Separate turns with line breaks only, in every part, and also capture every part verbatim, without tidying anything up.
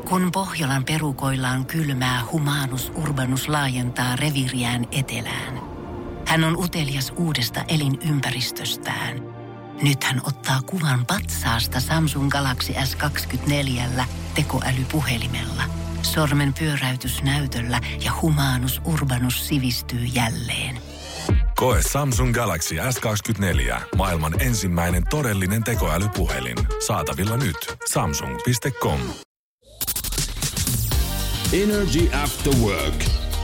Kun Pohjolan perukoillaan kylmää, Humanus Urbanus laajentaa reviiriään etelään. Hän on utelias uudesta elinympäristöstään. Nyt hän ottaa kuvan patsaasta Samsung Galaxy S kaksikymmentäneljä tekoälypuhelimella. Sormen pyöräytys näytöllä ja Humanus Urbanus sivistyy jälleen.
Koe Samsung Galaxy S kaksikymmentäneljä. Maailman ensimmäinen todellinen tekoälypuhelin. Saatavilla nyt. samsung piste com.
Energy After Work.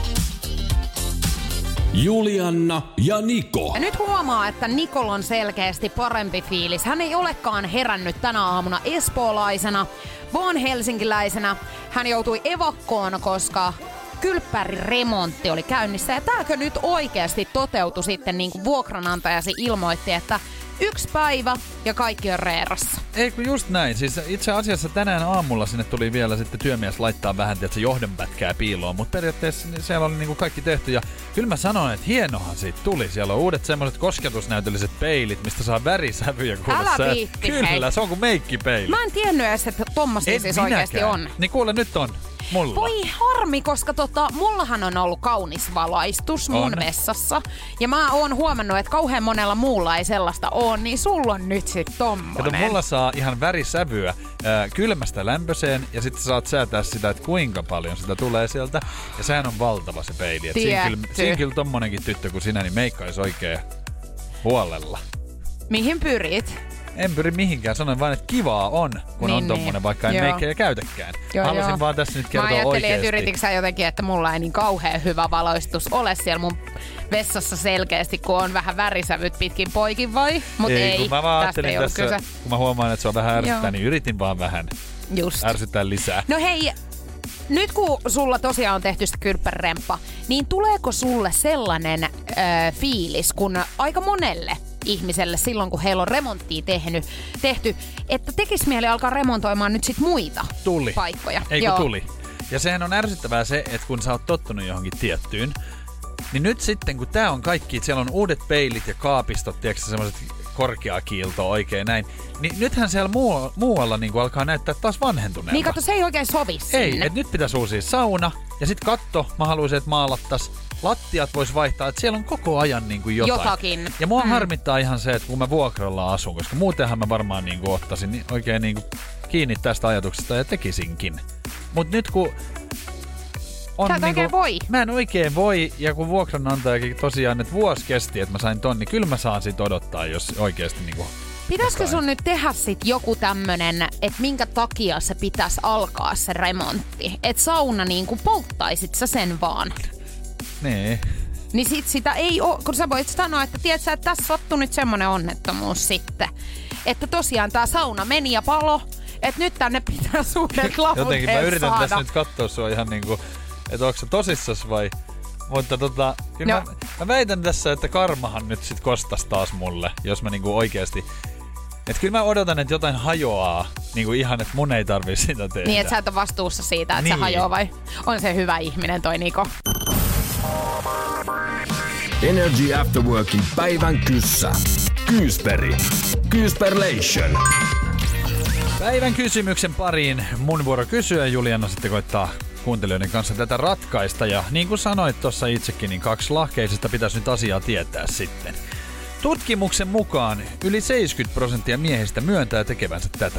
Julianna ja Niko.
Ja nyt huomaa, että Nikolla on selkeästi parempi fiilis. Hän ei olekaan herännyt tänä aamuna espoolaisena, vaan helsinkiläisenä. Hän joutui evakkoon, koska kylppäriremontti oli käynnissä. Ja tääkö nyt oikeasti toteutui sitten, niin kuin vuokranantajasi ilmoitti, että yksi päivä ja kaikki on reerassa.
Ei kun just näin. Siis itse asiassa tänään aamulla sinne tuli vielä sitten työmies laittaa vähän tietysti johdonpätkää piiloon, mutta periaatteessa siellä oli niinku kaikki tehty. Ja kyllä mä sanoin, että hienohan siitä tuli. Siellä on uudet semmoiset kosketusnäytölliset peilit, mistä saa värisävyjä.
Älä viitti,
Kyllä,
hei.
Se on kuin meikkipeili.
Mä en tiennyt edes, että tommosia siis oikeasti on.
Niin kuule, nyt on. Mulla.
Voi harmi, koska tota, mullahan on ollut kaunis valaistus mun
on.
vessassa. Ja mä oon huomannut, että kauhean monella muulla ei sellaista oo, niin sulla on nyt sit tommonen.
Kato, mulla saa ihan värisävyä ää, kylmästä lämpöiseen ja sitten saat säätää sitä, että kuinka paljon sitä tulee sieltä. Ja sehän on valtava se peili. Et siinä, kyllä, siinä kyllä tommonenkin tyttö kuin sinä, niin meikkaisi oikein huolella.
Mihin pyrit?
En pyri mihinkään, sanoin vain, että kivaa on, kun niin, on tommonen, niin. Vaikka en joo. meikkejä käytäkään. Joo, Halusin joo. vaan tässä nyt kertoa oikeesti.
Mä ajattelin, että yrititkö sä jotenkin, että mulla ei niin kauhean hyvä valoistus ole siellä mun vessassa selkeästi, kun on vähän värisävyt pitkin poikin vai? Mut ei, ei
kun mä vaan
tästä ei
tässä,
kyse.
Kun mä huomaan, että se on vähän ärsyttää, joo. niin yritin vaan vähän
Just.
ärsyttää lisää.
No hei, nyt kun sulla tosiaan on tehty sitä kylppäremppa, niin tuleeko sulle sellainen äh, fiilis, kun aika monelle ihmiselle silloin, kun heillä on remonttia tehnyt, tehty, että tekis mieli alkaa remontoimaan nyt sit muita
tuli.
paikkoja.
Eikö tuli? Ja sehän on ärsyttävää se, että kun sä oot tottunut johonkin tiettyyn, niin nyt sitten kun tää on kaikki, siellä on uudet peilit ja kaapistot, tiedätkö semmoiset korkeaa kiiltoa oikein näin, niin nythän siellä muu, muualla niin alkaa näyttää taas vanhentuneelta.
Niin kato, se ei oikein sovi sinne.
Ei, että nyt pitäisi uusia sauna ja sit katto, mä haluaisin, että maalattais. Lattiat vois vaihtaa, että siellä on koko ajan niin kuin jotain.
Jotakin.
Ja mua
mm.
harmittaa ihan se, että kun mä vuokralla asun, koska muutenhan mä varmaan niin kuin ottaisin niin oikein niin kuin kiinni tästä ajatuksesta ja tekisinkin. Mut nyt kun on
Sä et
niin
oikein
kuin,
voi.
Mä en oikein voi, ja kun vuokranantajakin tosiaan, että vuosi kesti, että mä sain ton, niin kyllä mä saan sit odottaa, jos oikeesti niin kuin
pitäisikö sun nyt tehdä sit joku tämmönen, että minkä takia se pitäisi alkaa se remontti? Että sauna niinku polttaisit sä sen vaan.
Nee.
Niin sit sitä ei oo, kun sä voit sanoa, että tiedät sä, että tässä sattui nyt semmonen onnettomuus sitten. Että tosiaan tää sauna meni ja palo, että nyt tänne pitää suuret lavuteet
jotenkin mä yritän
saada.
tässä nyt katsoa sua ihan niinku, että onko sä tosissas vai. Mutta tota, kyllä no. mä, mä väitän tässä, että karmahan nyt sit kostas taas mulle, jos mä niinku oikeesti. Että kyllä mä odotan, että jotain hajoaa, niinku ihan, että mun ei tarvii sitä tehdä.
Niin, että sä et ole vastuussa siitä, että niin. se hajoaa vai? On se hyvä ihminen toi Niko.
Energy After Workin päivän kyssä. Kyysperi. Kyysperlation.
Päivän kysymyksen pariin mun vuoro kysyä. Juliana sitten koittaa kuuntelijoiden kanssa tätä ratkaista. Ja niin kuin sanoit tuossa itsekin, niin kaksi lahkeisesta pitäisi nyt asiaa tietää sitten. Tutkimuksen mukaan yli seitsemänkymmentä prosenttia miehistä myöntää tekevänsä tätä.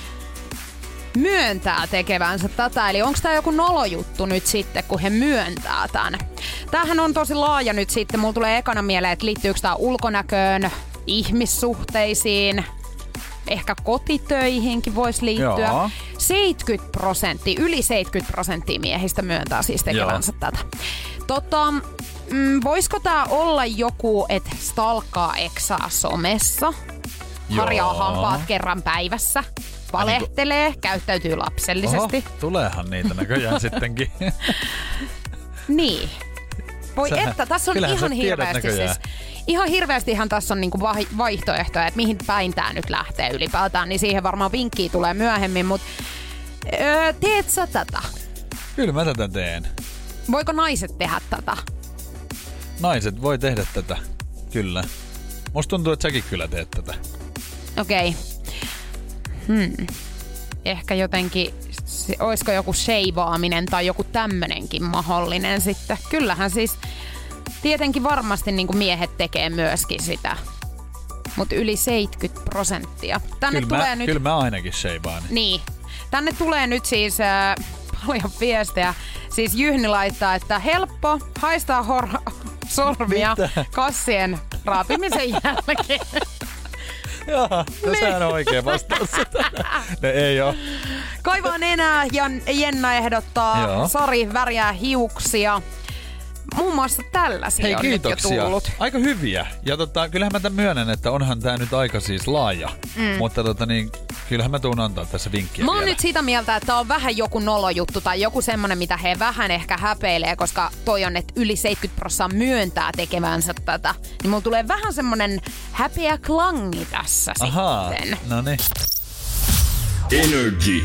Myöntää tekevänsä tätä, eli onko tämä joku nolojuttu nyt sitten, kun he myöntää tämän? Tämähän on tosi laaja nyt sitten. Mulla tulee ekana mieleen, että liittyykö tämä ulkonäköön, ihmissuhteisiin, ehkä kotitöihinkin voisi liittyä.
Joo.
seitsemänkymmentä prosenttia, yli seitsemänkymmentä prosenttia miehistä myöntää siis tekevänsä Joo. tätä. Tota, mm, voisiko tää olla joku, että stalkkaa eksaa somessa, harjaa hampaat kerran päivässä, valehtelee, niin, käyttäytyy lapsellisesti.
Oho, tuleehan niitä näköjään sittenkin.
Niin. Voi
Sähän,
että, tässä on ihan hirveästi siis, ihan hirveästihan tässä on niinku vaihtoehtoja, että mihin päin tää nyt lähtee ylipäätään, niin siihen varmaan vinkkiä tulee myöhemmin, mutta öö, teet sä tätä?
Kyllä mä tätä teen.
Voiko naiset tehdä tätä?
Naiset voi tehdä tätä, kyllä. Musta tuntuu, että säkin kyllä teet tätä.
Okei. Okay. Hmm. ehkä jotenkin, olisiko joku sheivaaminen tai joku tämmönenkin mahdollinen sitten. Kyllähän siis tietenkin varmasti niin kuin miehet tekee myöskin sitä. Mutta yli seitsemänkymmentä prosenttia. Tänne
kyllä,
tulee
mä,
nyt...
kyllä mä ainakin sheivaan.
Niin. Tänne tulee nyt siis äh, paljon viestejä. Siis Jyhni laittaa, että helppo haistaa hor- sormia
Mitä?
kassien raapimisen jälkeen.
Joo, no sehän on oikein vastaus. Ne ei oo.
Kaivaa nenää ja Jenna ehdottaa.
Joo.
Sari värjää hiuksia. Muun muassa tällaisia
Hei,
on
kiitoksia.
nyt jo tullut.
Aika hyviä. Ja tota, kyllähän mä tämän myönnän, että onhan tää nyt aika siis laaja. Mm. Mutta tota niin, kyllähän mä tuun antaa tässä vinkkiä
Mä oon
vielä.
nyt sitä mieltä, että on vähän joku nolojuttu tai joku semmonen, mitä he vähän ehkä häpeilee, koska toi on, että yli seitsemänkymmentä prosenttia myöntää tekevänsä tätä. Niin mulla tulee vähän semmonen häpeä klangi tässä
Ahaa,
sitten.
no niin.
Energy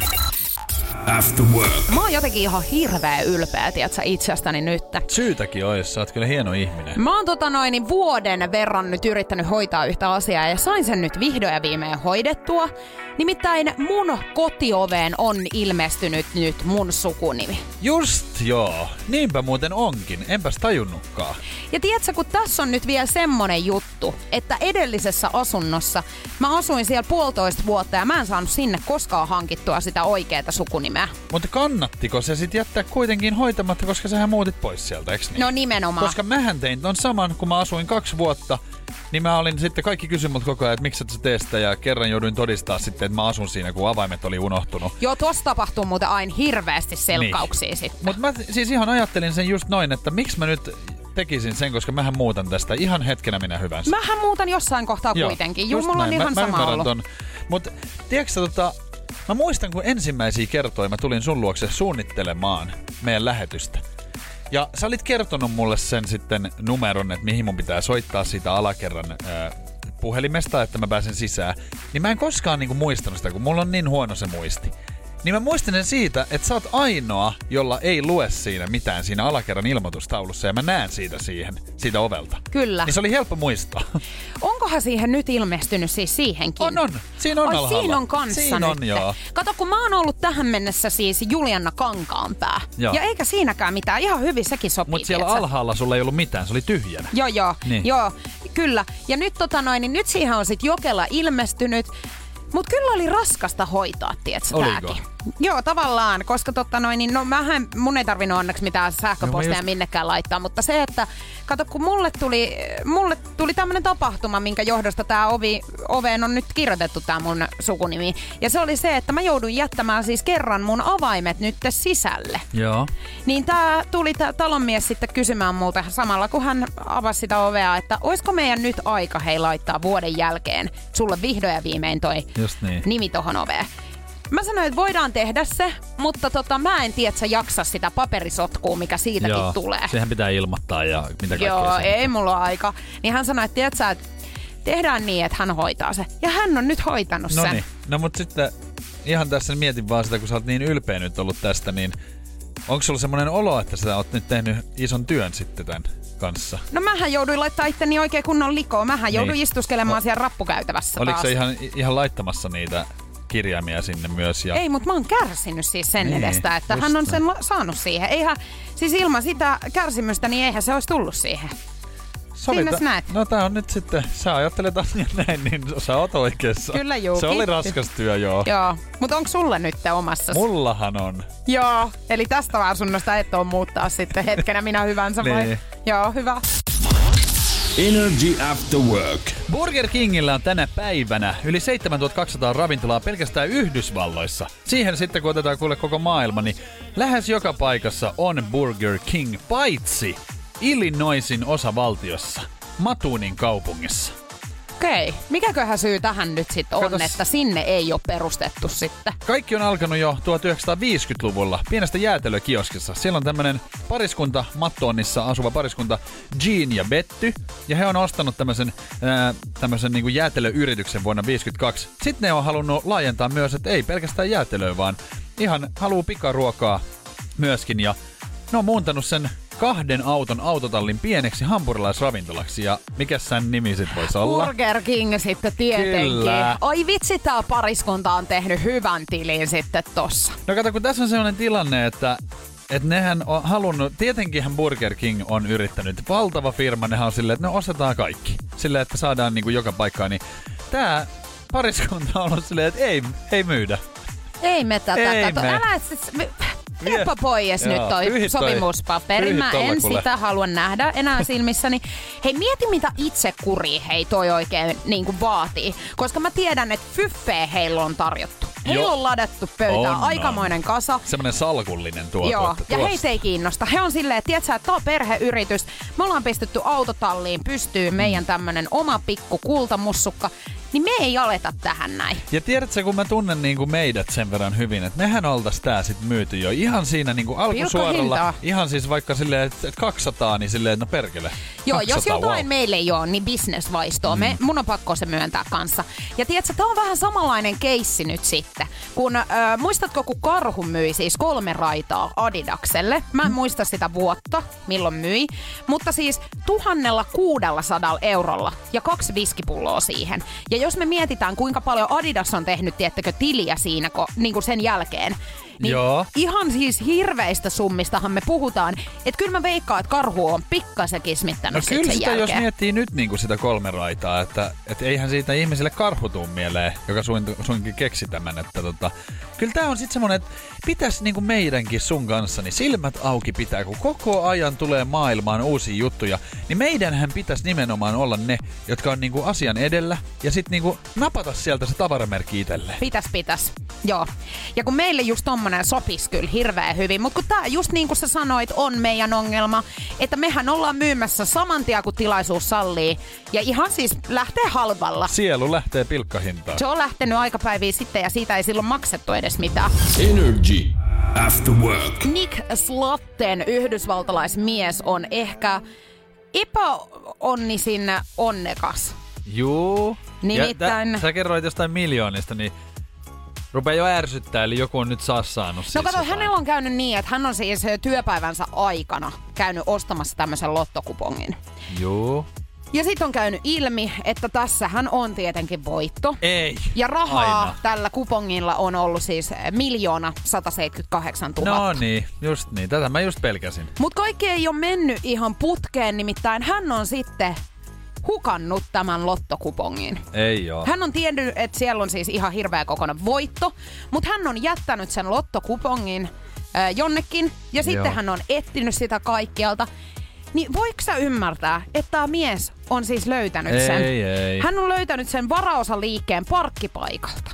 After Work.
Mä oon jotenkin ihan hirveä ylpeä, tiiätsä, itsestäni nyt.
Syytäkin ois, sä oot kyllä hieno ihminen.
Mä oon tota noin niin vuoden verran nyt yrittänyt hoitaa yhtä asiaa ja sain sen nyt vihdoin ja viimein hoidettua. Nimittäin mun kotioveen on ilmestynyt nyt mun sukunimi.
Just joo, niinpä muuten onkin, enpäs tajunnutkaan.
Ja tiedätkö, kun tässä on nyt vielä semmonen juttu, että edellisessä asunnossa mä asuin siellä puolitoista vuotta ja mä en saanut sinne koskaan hankittua sitä oikeaa sukunimeä.
Mutta kannattiko se sit jättää kuitenkin hoitamatta, koska sähän muutit pois sieltä, eiks niin?
No nimenomaan.
Koska mähän tein ton saman, kun mä asuin kaksi vuotta, niin mä olin sitten, kaikki kysyi mut koko ajan, että miksi et sä tee sitä, ja kerran jouduin todistaa sitten, että mä asun siinä, kun avaimet oli unohtunut.
Joo, tossa tapahtuu muuten aina hirveästi selkkauksia niin. Sitten.
Mutta mä siis ihan ajattelin sen just noin, että miksi mä nyt tekisin sen, koska mähän muutan tästä ihan hetkenä minä hyvänsä.
Mähän muutan jossain kohtaa
Joo,
kuitenkin. Juu,
just
mulla on
näin.
ihan
mä,
sama
mä
ollut.
Ton. Mut tiedätkö tota, mä muistan kun ensimmäisiä kertoja mä tulin sun luokse suunnittelemaan meidän lähetystä. Ja sä olit kertonut mulle sen sitten numeron, että mihin mun pitää soittaa siitä alakerran ää, puhelimesta, että mä pääsen sisään. Niin mä en koskaan niinku muistanut sitä, kun mulla on niin huono se muisti. Niin mä muistin sen siitä, että sä oot ainoa, jolla ei lue siinä mitään siinä alakerran ilmoitustaulussa, ja mä näen siitä siihen, siitä ovelta.
Kyllä.
Niin se oli helppo muistaa.
Onkohan siihen nyt ilmestynyt siis siihenkin?
On, on. Siinä on
Ai,
alhaalla.
siinä on kanssa
Siinä
nyt.
on, joo.
Kato, kun mä oon ollut tähän mennessä siis Julianna Kankaanpää.
Joo.
Ja eikä siinäkään mitään. Ihan hyvin sekin sopii.
Mutta siellä
tietsä.
alhaalla sulla ei ollut mitään, se oli tyhjänä.
Joo, joo.
Niin.
Joo, kyllä. Ja nyt tota noin, niin nyt siihen on sit Jokela ilmestynyt. Mut kyllä oli raskasta hoitaa, tietsä,
Oliko?
tääkin. Joo, tavallaan, koska totta noin, niin no mähän, mun ei tarvinnut onneksi mitään sähköpostia
No, just...
minnekään laittaa, mutta se, että kato, kun mulle tuli, mulle tuli tämmönen tapahtuma, minkä johdosta tää ovi, oveen on nyt kirjoitettu tää mun sukunimi. Ja se oli se, että mä jouduin jättämään siis kerran mun avaimet nyt sisälle.
Joo.
Niin tää tuli tää talonmies sitten kysymään multa samalla, kun hän avasi sitä ovea, että oisko meidän nyt aika hei laittaa vuoden jälkeen sulle vihdoin ja viimein toi
Just niin.
nimi tohon oveen. Mä sanoin, että voidaan tehdä se, mutta tota, mä en tiedä, että sä jaksa sitä paperisotkua, mikä siitäkin
Joo.
tulee.
Sehän pitää ilmoittaa ja mitä kaikkea.
Joo,
sen.
ei mulla ole aika. Niin hän sanoi, että tiedät sä, että tehdään niin, että hän hoitaa se. Ja hän on nyt hoitanut
No
sen.
niin. No mut sitten ihan tässä mietin vaan sitä, kun sä oot niin ylpeä nyt ollut tästä, niin onko sulla semmoinen olo, että sä oot nyt tehnyt ison työn sitten tämän kanssa?
No mähän jouduin laittaa itteni oikein kunnon likoon. Mähän
Niin.
jouduin istuskelemaan o- siellä rappukäytävässä
Oliko
taas.
se ihan, ihan laittamassa niitä kirjaimia sinne myös? Ja...
Ei, mutta mä oon kärsinyt siis sen
Niin,
edestä, että
just
hän on
näin.
sen la- saanut siihen. Eihän, siis ilman sitä kärsimystä, niin eihän se olisi tullut siihen. Siinäs näet.
No tää on nyt sitten, sä ajattelet asian näin, niin sä oot oikeassa.
Kyllä juu,
Se oli
kiitti.
raskas työ, joo.
Joo, mutta onko sulla nyt omassa?
Mullahan on.
Joo, eli tästä asunnosta et oo muuttaa sitten hetkenä minä hyvänsä vai?
Niin.
Joo, hyvä.
Energy After Work.
Burger Kingillä on tänä päivänä yli seitsemäntuhattakaksisataa ravintolaa pelkästään Yhdysvalloissa. Siihen sitten kun otetaan kuule koko maailma, niin lähes joka paikassa on Burger King, paitsi Illinoisin osavaltiossa, Matoonin kaupungissa.
Okei, mikäköhän syy tähän nyt sitten on,
Katos.
että sinne ei ole perustettu sitten?
Kaikki on alkanut jo tuhatyhdeksänsataaviisikymmentäluvulla pienessä jäätelökioskissa. Siellä on tämmönen pariskunta, Mattoonissa asuva pariskunta Jean ja Betty. Ja he on ostanut tämmöisen, ää, tämmöisen niin kuin jäätelöyrityksen vuonna tuhatyhdeksänsataaviisikymmentäkaksi. Sitten ne on halunnut laajentaa myös, että ei pelkästään jäätelöä, vaan ihan haluu pikaruokaa myöskin. Ja ne on muuntanut sen kahden auton autotallin pieneksi hampurilaisravintolaksi. Ja mikä sen nimi sit voisi olla?
Burger King sitten tietenkin.
Kyllä.
Oi vitsi, tää pariskunta on tehnyt hyvän tilin sitten tossa.
No kato, kun tässä on sellainen tilanne, että että nehän on halunnut, tietenkinhän Burger King on yrittänyt, valtava firma, nehän on silleen, että ne ostetaan kaikki. Silleen, että saadaan niinku joka paikkaan, niin tää pariskunta on ollut silleen, että ei, ei myydä.
Ei me tätä,
Ei
kato,
me.
älä siis... Viepä pois nyt toi
Pyhit toi-
sopimuspaperi. Mä
pyhit
en
tolla
sitä halua nähdä enää silmissäni. Hei, mieti mitä itse kuri hei toi oikein niin kuin vaatii. Koska mä tiedän, että fyffeä heillä on tarjottu. Heillä
Joo.
on ladattu pöytään
On,
aikamoinen kasa.
Semmoinen salkullinen tuotu.
Joo,
että
ja
tuosta.
heitä ei kiinnosta. He on silleen, että tiedätkö, että tää on perheyritys. Me ollaan pistetty autotalliin pystyyn meidän tämmönen oma pikku kultamussukka. Niin me ei aleta tähän näin.
Ja tiedätkö, kun mä tunnen niinku meidät sen verran hyvin, että mehän oltais tää sit myyty jo ihan siinä niinku alkusuoralla.
Pilkkahintaa.
Ihan siis vaikka silleen, että et kaksisataa, niin silleen, että no perkele.
Joo,
kaksisataa,
jos jotain
wow.
meille ei ole, niin bisnesvaistoa. Mm. Me, mun on pakko se myöntää kanssa. Ja tiedätkö, tää on vähän samanlainen keissi nyt sitten. Kun, äh, muistatko, kun Karhu myi siis kolme raitaa Adidakselle? Mä en mm. muista sitä vuotta, milloin myi. Mutta siis tuhannella kuudellasadalla eurolla ja kaksi viskipulloa siihen. Ja jos me mietitään, kuinka paljon Adidas on tehnyt, tiettäkö, tiliä siinä ko, niin kuin sen jälkeen, niin
Joo.
ihan siis hirveistä summistahan me puhutaan. Että kyllä mä veikkaan, että Karhu on pikkasen kismittänyt
No
sit
kyllä
sen
sitä,
jälkeen.
jos miettii nyt niinku sitä kolme raitaa, että et eihän siitä ihmisille karhu tuu mieleen, joka suin, suinkin keksi tämän. Että tota, kyllä tää on sit semmonen, että pitäis niinku meidänkin sun kanssa niin silmät auki pitää, kun koko ajan tulee maailmaan uusia juttuja, niin meidänhän pitäisi nimenomaan olla ne, jotka on niinku asian edellä ja sit niinku napata sieltä se tavaramerkki itselleen.
Pitäs, pitäs. Joo. Ja kun meille just tommonen sopis kyllä hirveän hyvin, mutta kun tää just niin kuin sä sanoit on meidän ongelma, että mehän ollaan myymässä saman tien kun tilaisuus sallii ja ihan siis lähtee halvalla.
Sielu lähtee pilkkahintaan.
Se on lähtenyt aikapäiviä sitten ja siitä ei silloin maksettu edes mitään.
Energy After Work.
Nick Slatten yhdysvaltalaismies on ehkä epäonnisin onnekas.
Juu.
Nimittäin-
Ja tä, sä kerroit jostain miljoonista, niin rupeaa jo ärsyttää, eli joku on nyt saas saanut.
No
siis
kato,
jotain.
hänellä on käynyt niin, että hän on siis työpäivänsä aikana käynyt ostamassa tämmöisen lottokupongin.
Juu.
Ja sit on käynyt ilmi, että tässähän on tietenkin voitto.
Ei.
Ja rahaa
Aina.
tällä kupongilla on ollut siis miljoona sataseitsemänkymmentäkahdeksantuhatta.
No niin, just niin. Tätä mä just pelkäsin.
Mut kaikki ei ole mennyt ihan putkeen, nimittäin hän on sitten hukannut tämän lottokupongin.
Ei oo.
Hän on tiennyt, että siellä on siis ihan hirveä kokoinen voitto, mutta hän on jättänyt sen lottokupongin äh, jonnekin ja sitten
Joo.
hän on etsinyt sitä kaikkialta. Niin voiko sä ymmärtää, että tämä mies on siis löytänyt
Ei,
sen?
ei.
Hän on löytänyt sen varaosaliikkeen parkkipaikalta.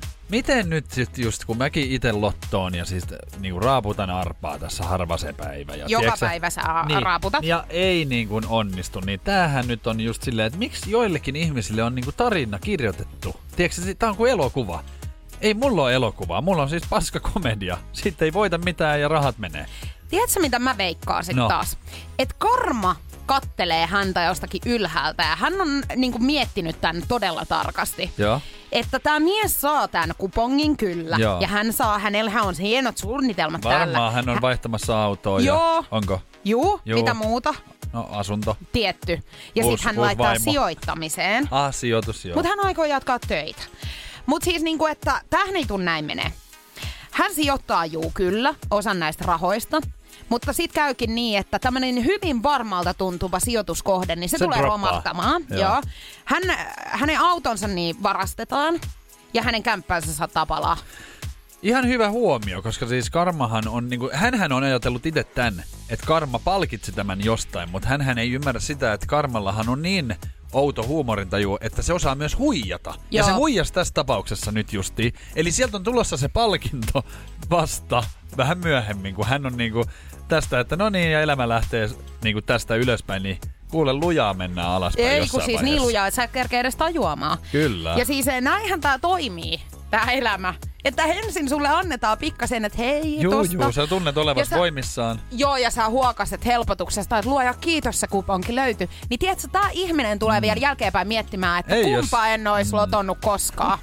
Miten nyt sit just, kun mäkin ite lottoon ja siis niinku raaputan arpaa tässä harva se päivä. Ja
Joka
tiedätkö,
päivä sä a-
niin,
raaputat.
Ja ei niinku onnistu, niin tämähän nyt on just silleen, että miksi joillekin ihmisille on niinku tarina kirjoitettu. Tiedätkö, tää on kuin elokuva. Ei mulla ole elokuvaa, mulla on siis paska komedia. Sitten ei voita mitään ja rahat menee.
Tiedätkö, mitä mä veikkaan sit
No.
taas? Et karma kattelee häntä jostakin ylhäältä ja hän on niinku miettinyt tän todella tarkasti.
Joo.
Että tämä mies saa tämän kupongin kyllä.
Joo.
Ja hän saa, hänellä on hienot suunnitelmat täällä.
Varmaan hän on vaihtamassa autoa.
Joo.
Ja onko?
Juu,
Juu.
mitä muuta?
No asunto.
Tietty. Ja
Uusi-
sitten hän
uusi
laittaa
vaimo.
sijoittamiseen.
Ah, sijoitus joo.
Mutta hän aikoo jatkaa töitä. Mutta siis niinku, että tähän ei tule näin menee. Hän sijoittaa juu kyllä osan näistä rahoista. Mutta sitten käykin niin, että tämmöinen hyvin varmalta tuntuva sijoituskohde, niin se,
Se
tulee
droppaa.
romahtamaan.
Joo.
Joo. Hän, hänen autonsa niin varastetaan ja hänen kämppäänsä saattaa palaa.
Ihan hyvä huomio, koska siis karmahan on, niinku, hänhän on ajatellut itse tän, että karma palkitsi tämän jostain, mutta hänhän ei ymmärrä sitä, että karmallahan on niin outo huumorintaju, että se osaa myös huijata. Joo. Ja
Joo.
se huijasi tässä tapauksessa nyt justiin. Eli sieltä on tulossa se palkinto vasta vähän myöhemmin, kun hän on niinku tästä, että no niin, ja elämä lähtee niinku tästä ylöspäin, niin kuule lujaa mennään alaspäin
Ei,
jossain
kun siis
vaiheessa.
niin lujaa, että sä et kerkeä edes tajuamaan.
Kyllä.
Ja siis eh, näinhän tää toimii, tää elämä. Että ensin sulle annetaan pikkasen, että hei,
Juu,
tosta.
juu, sä tunnet
Ja
olevasi
sä-
voimissaan.
Joo, ja sä huokaset helpotuksesta, että luoja kiitos, se kuponki löytyi. Niin tiedätkö, tää ihminen tulee vielä jälkeenpäin miettimään, että
Ei,
kumpa
jos-
en ois lotonnut koskaan.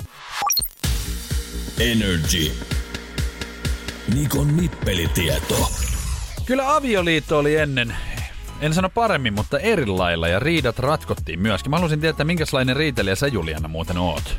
Energy. Nikon nippelitieto.
Kyllä avioliitto oli ennen, en sano paremmin, mutta eri lailla ja riidat ratkottiin myöskin. Mä haluaisin tietää, minkälainen riitelijä sä Juliana muuten oot?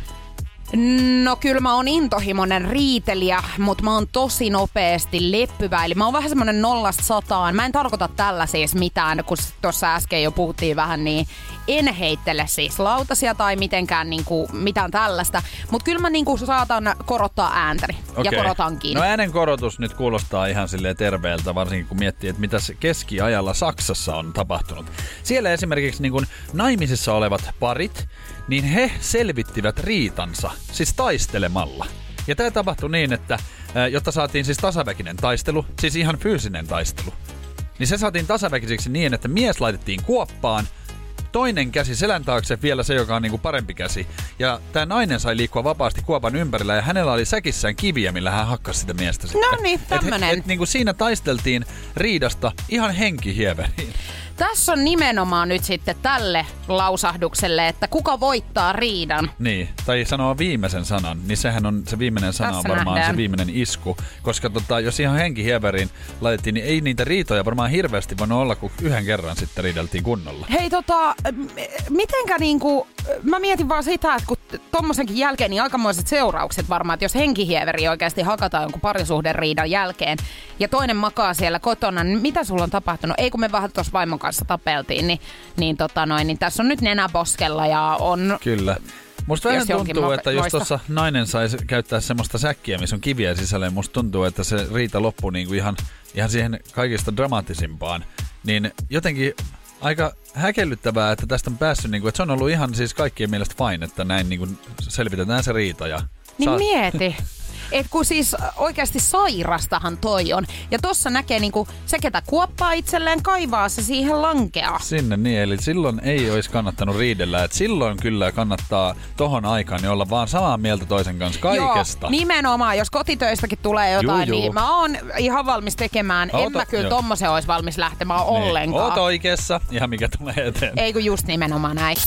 No kyllä mä oon intohimoinen riitelijä, mutta mä oon tosi nopeasti leppyvä. Eli mä oon vähän semmonen nollasta sataan. Mä en tarkoita tällä siis mitään, kun tuossa äsken jo puhuttiin vähän, niin en heittele siis lautasia tai mitenkään niinku mitään tällaista. Mutta kyllä mä niinku saatan korottaa ääntäni. Okay. Ja korotankin.
No äänen korotus nyt kuulostaa ihan silleen terveeltä, varsinkin kun miettii, että mitä keskiajalla Saksassa on tapahtunut. Siellä esimerkiksi niin kuin naimisissa olevat parit, niin he selvittivät riitansa, siis taistelemalla. Ja tämä tapahtui niin, että jotta saatiin siis tasaväkinen taistelu, siis ihan fyysinen taistelu, niin se saatiin tasaväkisiksi niin, että mies laitettiin kuoppaan, toinen käsi selän taakse, vielä se, joka on niinku parempi käsi. Ja tämä nainen sai liikkua vapaasti kuopan ympärillä ja hänellä oli säkissään kiviä, millä hän hakkasi sitä miestä sitten.
No niin, tämmönen.
Et, et, niinku siinä taisteltiin riidasta ihan henkihieveriin.
Tässä on nimenomaan nyt sitten tälle lausahdukselle, että kuka voittaa riidan.
Niin, tai sanoa viimeisen sanan, niin sehän on se viimeinen sana
Tässä
on varmaan
nähdään.
se viimeinen isku. Koska tota, jos ihan henkihieveriin laitettiin, niin ei niitä riitoja varmaan hirveästi voinut olla, kun yhden kerran sitten riideltiin kunnolla.
Hei tota, mitenkä niinku, mä mietin vaan sitä, että kun tommosenkin jälkeen, niin aikamoiset seuraukset varmaan, että jos henkihieveri oikeasti hakataan jonkun parisuhderiidan jälkeen ja toinen makaa siellä kotona, niin mitä sulla on tapahtunut? Ei kun me vähän tuossa vaimon kanssa tapeltiin, niin, niin, tota noin, niin tässä on nyt nenä poskella ja on...
Kyllä. Musta vähän tuntuu,
mo-
että jos
moista.
tuossa nainen saisi käyttää semmoista säkkiä, missä on kiviä sisällä, musta tuntuu, että se riita loppuu niinku ihan, ihan siihen kaikista dramaattisimpaan. Niin jotenkin aika häkellyttävää, että tästä on päässyt, niinku, että se on ollut ihan siis kaikkien mielestä fine, että näin niinku selvitetään se riita. Ja
niin
saa...
mieti. Et kun siis oikeasti sairastahan toi on. Ja tossa näkee niinku se, ketä kuoppaa itselleen, kaivaa se siihen lankeaa.
Sinne niin, eli silloin ei olisi kannattanut riidellä. Et silloin kyllä kannattaa tohon aikaan niin olla vaan samaa mieltä toisen kanssa kaikesta.
Joo, nimenomaan. Jos kotitöistäkin tulee jotain,
Juu, juu.
niin mä oon ihan valmis tekemään.
Oota,
en mä kyllä
joo.
tommosen olisi valmis lähtemään
Niin.
ollenkaan.
Oot oikeassa, ihan mikä tulee eteen.
Ei kun just nimenomaan näin.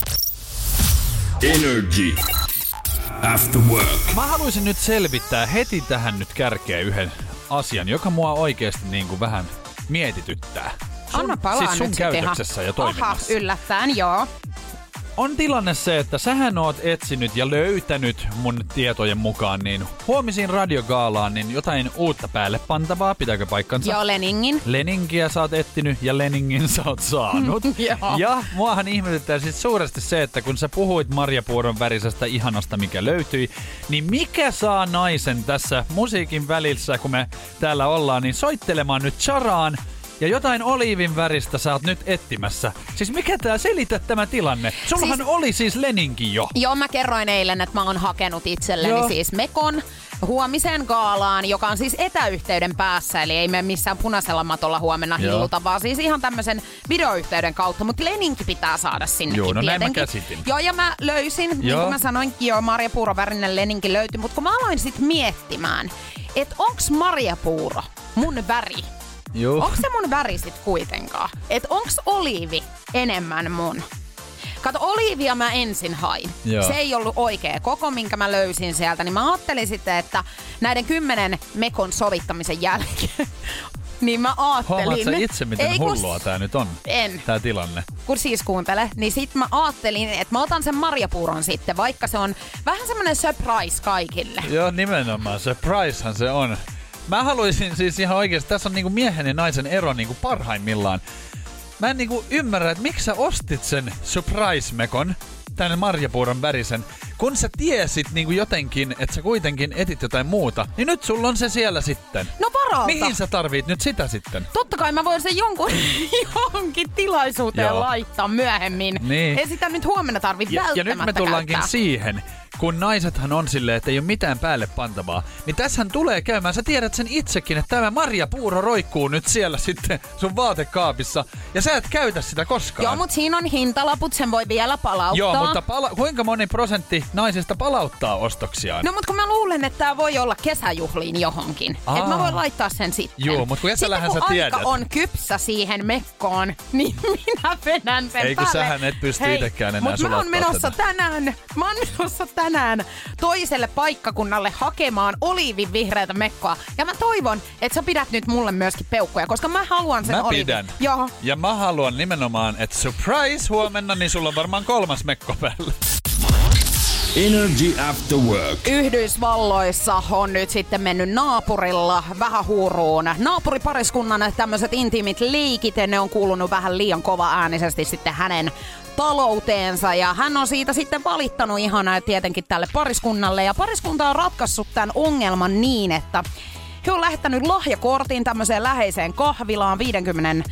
Energy. After work.
Mä haluaisin nyt selvittää heti tähän nyt kärkeen yhden asian, joka mua oikeasti niin kuin vähän mietityttää. Sun,
Anna palaa
siis sun
nyt
käytöksessä
sit
ja toiminnassa.
Aha, yllättäen, joo.
On tilanne se, että sähän oot etsinyt ja löytänyt mun tietojen mukaan, niin huomisin radiogaalaan niin jotain uutta päälle pantavaa, pitääkö paikkansa?
Joo, Leningin.
Leningiä sä oot etsinyt ja Leningin sä oot saanut.
Joo.
Ja muahan ihmetyttää siis suuresti se, että kun sä puhuit marjapuuron värisestä ihanasta, mikä löytyi, niin mikä saa naisen tässä musiikin välissä, kun me täällä ollaan, niin soittelemaan nyt charaan. Ja jotain oliivin väristä sä oot nyt etsimässä. Siis mikä tää selitä tämä tilanne? Sullahan siis, oli siis Leninki jo.
Joo, mä kerroin eilen, että mä oon hakenut itselleni
Joo.
siis Mekon huomisen gaalaan, joka on siis etäyhteyden päässä, eli ei me missään punaisella matolla huomenna
Joo.
hilluta, vaan siis ihan tämmöisen videoyhteyden kautta, mutta Leninki pitää saada sinnekin
Joo, no näin mä
tietenkin.
käsitin.
Joo, ja mä löysin, niin
Joo.
kuin mä sanoin, joo, marjapuurovärinen Leninki löytyi, mutta kun mä aloin sit miettimään, että onks marjapuuro mun väri?
Joo.
Onko se mun väri sit kuitenkaan? Et onks oliivi enemmän mun? Kato, oliivia mä ensin hain.
Joo.
Se ei ollut oikea koko, minkä mä löysin sieltä. Niin mä ajattelin sitten, että näiden kymmenen Mekon sovittamisen jälkeen, niin mä ajattelin...
Huomaat sä itse, miten
ei, kun-
hullua tää nyt on?
En.
Tää tilanne.
Kun siis kuuntele, niin sit mä ajattelin, että mä otan sen marjapuuron sitten, vaikka se on vähän semmonen surprise kaikille.
Joo, nimenomaan. Surprisehan se on. Mä haluaisin siis ihan oikeesti, tässä on niinku miehen ja naisen ero niinku parhaimmillaan. Mä en niinku ymmärrä, että miksi sä ostit sen surprise-mekon, tänne marjapuuron värisen, kun sä tiesit niinku jotenkin, että sä kuitenkin etit jotain muuta, niin nyt sulla on se siellä sitten.
No varalta.
Mihin sä tarvit nyt sitä sitten?
Totta kai mä voin sen jonkun johonkin tilaisuuteen
Joo.
laittaa myöhemmin.
Niin.
Ei sitä nyt huomenna tarvitse
Ja, ja
välttämättä
nyt me tullaankin
käyttää.
siihen, kun naisethan on silleen, että ei ole mitään päälle pantavaa, niin tässähän tulee käymään, sä tiedät sen itsekin, että tämä marjapuuro roikkuu nyt siellä sitten sun vaatekaapissa, ja sä et käytä sitä koskaan.
Joo, mutta siinä on hintalaput, sen voi vielä palauttaa.
Joo, mutta pala- kuinka moni prosentti naisista palauttaa ostoksiaan?
No, mutta kun mä luulen, että tää voi olla kesäjuhliin johonkin.
Aa.
Että mä voin laittaa sen sitten.
Joo, mutta kun kesällähän
sitten,
sä
kun
tiedät.
aika on kypsä siihen mekkoon, niin minä vedän sen
Ei, kun
päälle.
sähän et pysty
Hei,
itekään enää
mut mä oon
sulattaa
menossa
tätä.
tänään. Mä oon menossa tänään tänään toiselle paikkakunnalle hakemaan oliivin vihreätä mekkoa. Ja mä toivon, että sä pidät nyt mulle myöskin peukkuja, koska mä haluan sen
mä
oliivin.
pidän.
Joo.
Ja mä haluan nimenomaan, että surprise huomenna, niin sulla on varmaan kolmas mekko päällä.
Energy After Work.
Yhdysvalloissa on nyt sitten mennyt naapurilla vähän huuruun. Naapuripariskunnan tämmöiset intiimit leikit, ne on kuulunut vähän liian kova äänisesti sitten hänen talouteensa. Ja hän on siitä sitten valittanut ihan tietenkin tälle pariskunnalle. Ja pariskunta on ratkaissut tämän ongelman niin, että he on lähettänyt lahjakortin tämmöiseen läheiseen kahvilaan, viidenkymmenen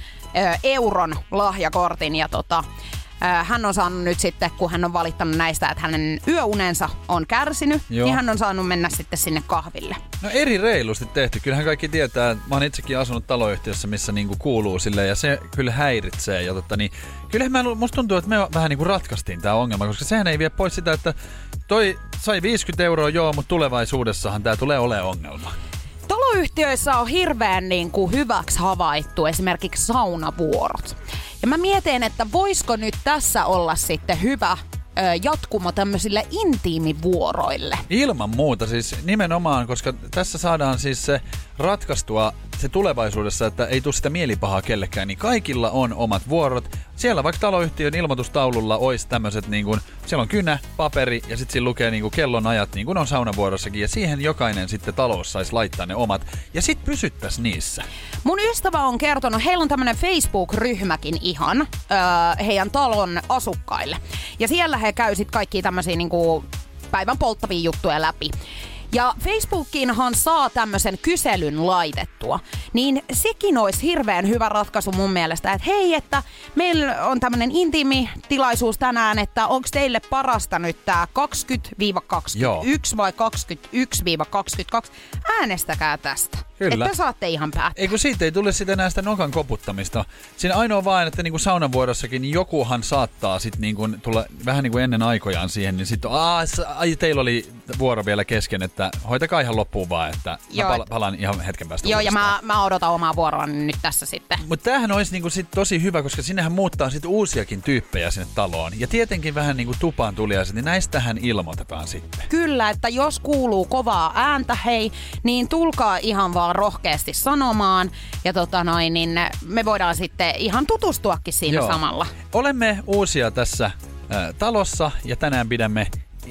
euron lahjakortin. Ja tota... Hän on saanut nyt sitten, kun hän on valittanut näistä, että hänen yöunensa on kärsinyt, Joo. niin hän on saanut mennä sitten sinne kahville.
No eri reilusti tehty. Kyllähän kaikki tietää, mä oon itsekin asunut taloyhtiössä, missä niinku kuuluu silleen, ja se kyllä häiritsee. Ja totta, niin, kyllähän mä, musta tuntuu, että me vähän niinku ratkaistiin tää ongelma, koska sehän ei vie pois sitä, että toi sai viisikymmentä euroa joo, mutta tulevaisuudessahan tää tulee olemaan ongelma.
Taloyhtiöissä on hirveän niin kuin hyväksi havaittu esimerkiksi saunavuorot. Ja mä mietin, että voisiko nyt tässä olla sitten hyvä ö, jatkumo tämmöisille intiimivuoroille.
Ilman muuta siis nimenomaan, koska tässä saadaan siis se ratkaistua se tulevaisuudessa, että ei tule sitä mielipahaa kellekään, niin kaikilla on omat vuorot. Siellä vaikka taloyhtiön ilmoitustaululla olisi tämmöiset, niin kuin, siellä on kynä, paperi ja sitten siinä lukee niin kuin kellonajat, niin kuin on saunavuorossakin. Ja siihen jokainen sitten talous saisi laittaa ne omat ja sitten pysyttäisiin niissä.
Mun ystävä on kertonut, heillä on tämmöinen Facebook-ryhmäkin ihan öö, heidän talon asukkaille. Ja siellä he käy sitten kaikkia tämmöisiä niin kuin päivän polttavia juttuja läpi. Ja Facebookiinhan saa tämmöisen kyselyn laitettua, niin sekin olisi hirveän hyvä ratkaisu mun mielestä, että hei, että meillä on tämmöinen intiimi tilaisuus tänään, että onko teille parasta nyt tää kaksikymmentä kaksikymmentäyksi Joo. vai kaksikymmentäyksi kaksikymmentäkaksi, äänestäkää tästä.
Kyllä.
Että saatte ihan päättää.
Ei kun siitä ei tule sitä enää sitä nokan koputtamista. Siinä ainoa vaan, että niinku saunavuorossakin niin jokuhan saattaa sit niinku tulla vähän niinku ennen aikojaan siihen, niin sitten ai teillä oli vuoro vielä kesken, että hoitakaa ihan loppuun vaan, että Joo, mä pal- palaan ihan hetken päästä
Joo,
uudestaan.
ja mä, mä odotan omaa vuoroa nyt tässä sitten.
Mutta tämähän olisi niinku sit tosi hyvä, koska sinnehän muuttaa sit uusiakin tyyppejä sinne taloon. Ja tietenkin vähän niinku tupaan tulijaiset, niin näistähän ilmoitetaan sitten.
Kyllä, että jos kuuluu kovaa ääntä, hei, niin tulkaa ihan vaan rohkeasti sanomaan. Ja tota noin, niin me voidaan sitten ihan tutustuakin siinä
Joo.
samalla.
Olemme uusia tässä äh, talossa ja tänään pidämme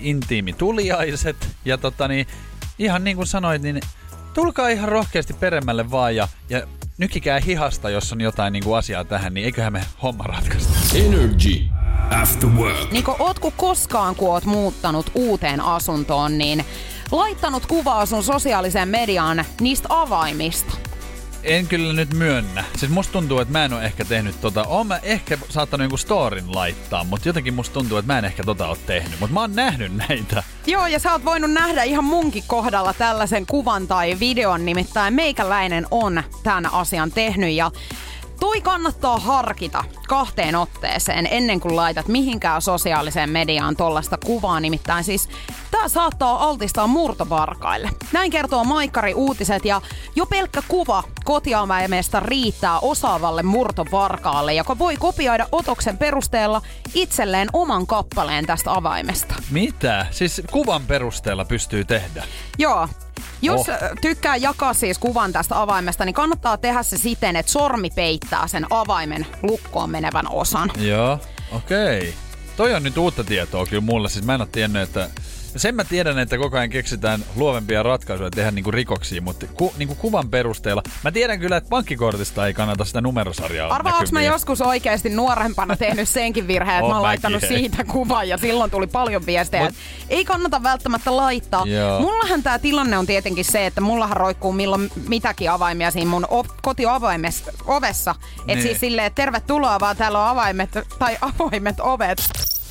intiimituliaiset. Ja tota niin, ihan niin kuin sanoit, niin tulkaa ihan rohkeasti peremmälle vaan ja, ja nykikää hihasta, jos on jotain niin kuin asiaa tähän, niin eiköhän me homma ratkaista.
Energy After Work.
Niko, ootko koskaan, kun oot muuttanut uuteen asuntoon, niin laittanut kuvaa sun sosiaaliseen mediaan niistä avaimista?
En kyllä nyt myönnä. Siis musta tuntuu, että mä en ole ehkä tehnyt tota. Oon mä ehkä saattanut jonkun storin laittaa, mutta jotenkin musta tuntuu, että mä en ehkä tota ole tehnyt. Mutta mä oon nähnyt näitä.
Joo, ja sä oot voinut nähdä ihan munkin kohdalla tällaisen kuvan tai videon, nimittäin meikäläinen on tämän asian tehnyt ja toi kannattaa harkita kahteen otteeseen ennen kuin laitat mihinkään sosiaaliseen mediaan tollasta kuvaa. Nimittäin siis tää saattaa altistaa murtovarkaille. Näin kertoo Maikkari Uutiset ja jo pelkkä kuva kotiavaimesta riittää osaavalle murtovarkaalle, joka voi kopioida otoksen perusteella itselleen oman kappaleen tästä avaimesta.
Mitä? Siis kuvan perusteella pystyy tehdä?
Joo. Jos
oh.
tykkää jakaa siis kuvan tästä avaimesta, niin kannattaa tehdä se siten, että sormi peittää sen avaimen lukkoon menevän osan.
Joo, okei. Okay. Toi on nyt uutta tietoa kyllä mulle. Siis mä en ole tiennyt, että sen mä tiedän, että koko ajan keksitään luovempia ratkaisuja tehdä niinku rikoksia, mutta ku, niinku kuvan perusteella. Mä tiedän kyllä, että pankkikortista ei kannata sitä numerosarjaa.
Arvaa, onko mä joskus oikeasti nuorempana tehnyt senkin virheen, että mä oon laittanut hei. siitä kuvan ja silloin tuli paljon viestejä, Mut, että ei kannata välttämättä laittaa. Joo. Mullahan tää tilanne on tietenkin se, että mullahan roikkuu milloin mitäkin avaimia siinä mun o- kotiovessa. Että niin. siis silleen, että tervetuloa vaan täällä on avaimet tai avoimet ovet.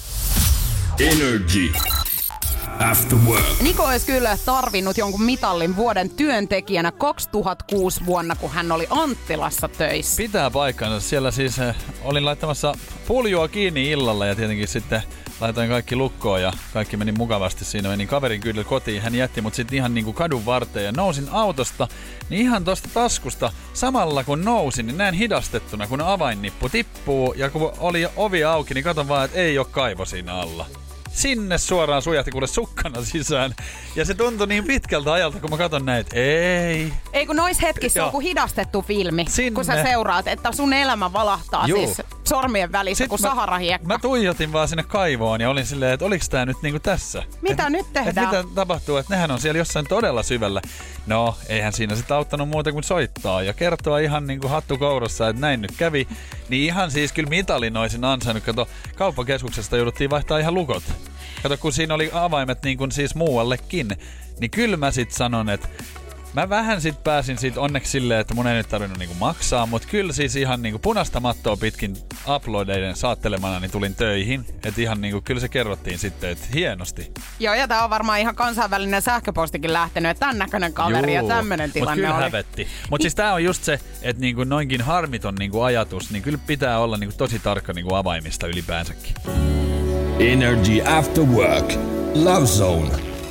Energy After Work.
Niko olisi kyllä tarvinnut jonkun mitallin vuoden työntekijänä kaksituhattakuusi vuonna, kun hän oli Anttilassa töissä.
Pitää paikkansa. Siellä siis äh, olin laittamassa puljua kiinni illalla ja tietenkin sitten laitoin kaikki lukkoon ja kaikki meni mukavasti. Siinä menin kaverin kyllä kotiin. Hän jätti mut sitten ihan niinku kadun varteen ja nousin autosta. Niin ihan tosta taskusta samalla kun nousin, niin näin hidastettuna, kun avainnippu tippuu ja kun oli ovi auki, niin katon vaan, että ei ole kaivo siinä alla. Sinne suoraan sujahti kuule sukka mukana sisään. Ja se tuntui niin pitkältä ajalta, kun mä katson näitä. Ei.
Ei kun nois hetkissä on kuin hidastettu filmi, Sinne. kun sä seuraat, että sun elämä valahtaa Juu. siis sormien välissä Sitten kuin saharahiekka.
Mä tuijotin vaan sinne kaivoon ja olin silleen, että oliks tää nyt niinku tässä?
Mitä
et,
nyt tehdään?
Et mitä tapahtuu, että nehän on siellä jossain todella syvällä. No, eihän siinä sit auttanut muuta kuin soittaa ja kertoa ihan niinku hattu kourassa, että näin nyt kävi. Niin ihan siis kyllä mitalin olisin ansainnut. Kato, kauppakeskuksesta jouduttiin vaihtaa ihan lukot. Kato, kun siinä oli avaimet niin kuin siis muuallekin, niin kyllä mä sit sanon, että mä vähän sit pääsin siitä onneksi silleen, että mun ei nyt tarvinnut niinku maksaa, mutta kyllä siis ihan niinku punaista mattoa pitkin uploadeiden saattelemana niin tulin töihin. Että ihan niinku, kyllä se kerrottiin sitten, että hienosti.
Joo, ja tää on varmaan ihan kansainvälinen sähköpostikin lähtenyt, että tämän näköinen kaveri Juu, ja tämmönen tilanne
mut kyllä
oli.
hävetti. Mutta siis tää on just se, että niinku noinkin harmiton niinku ajatus, niin kyllä pitää olla niinku tosi tarkka niinku avaimista ylipäänsäkin.
Energy After Work. Love Zone.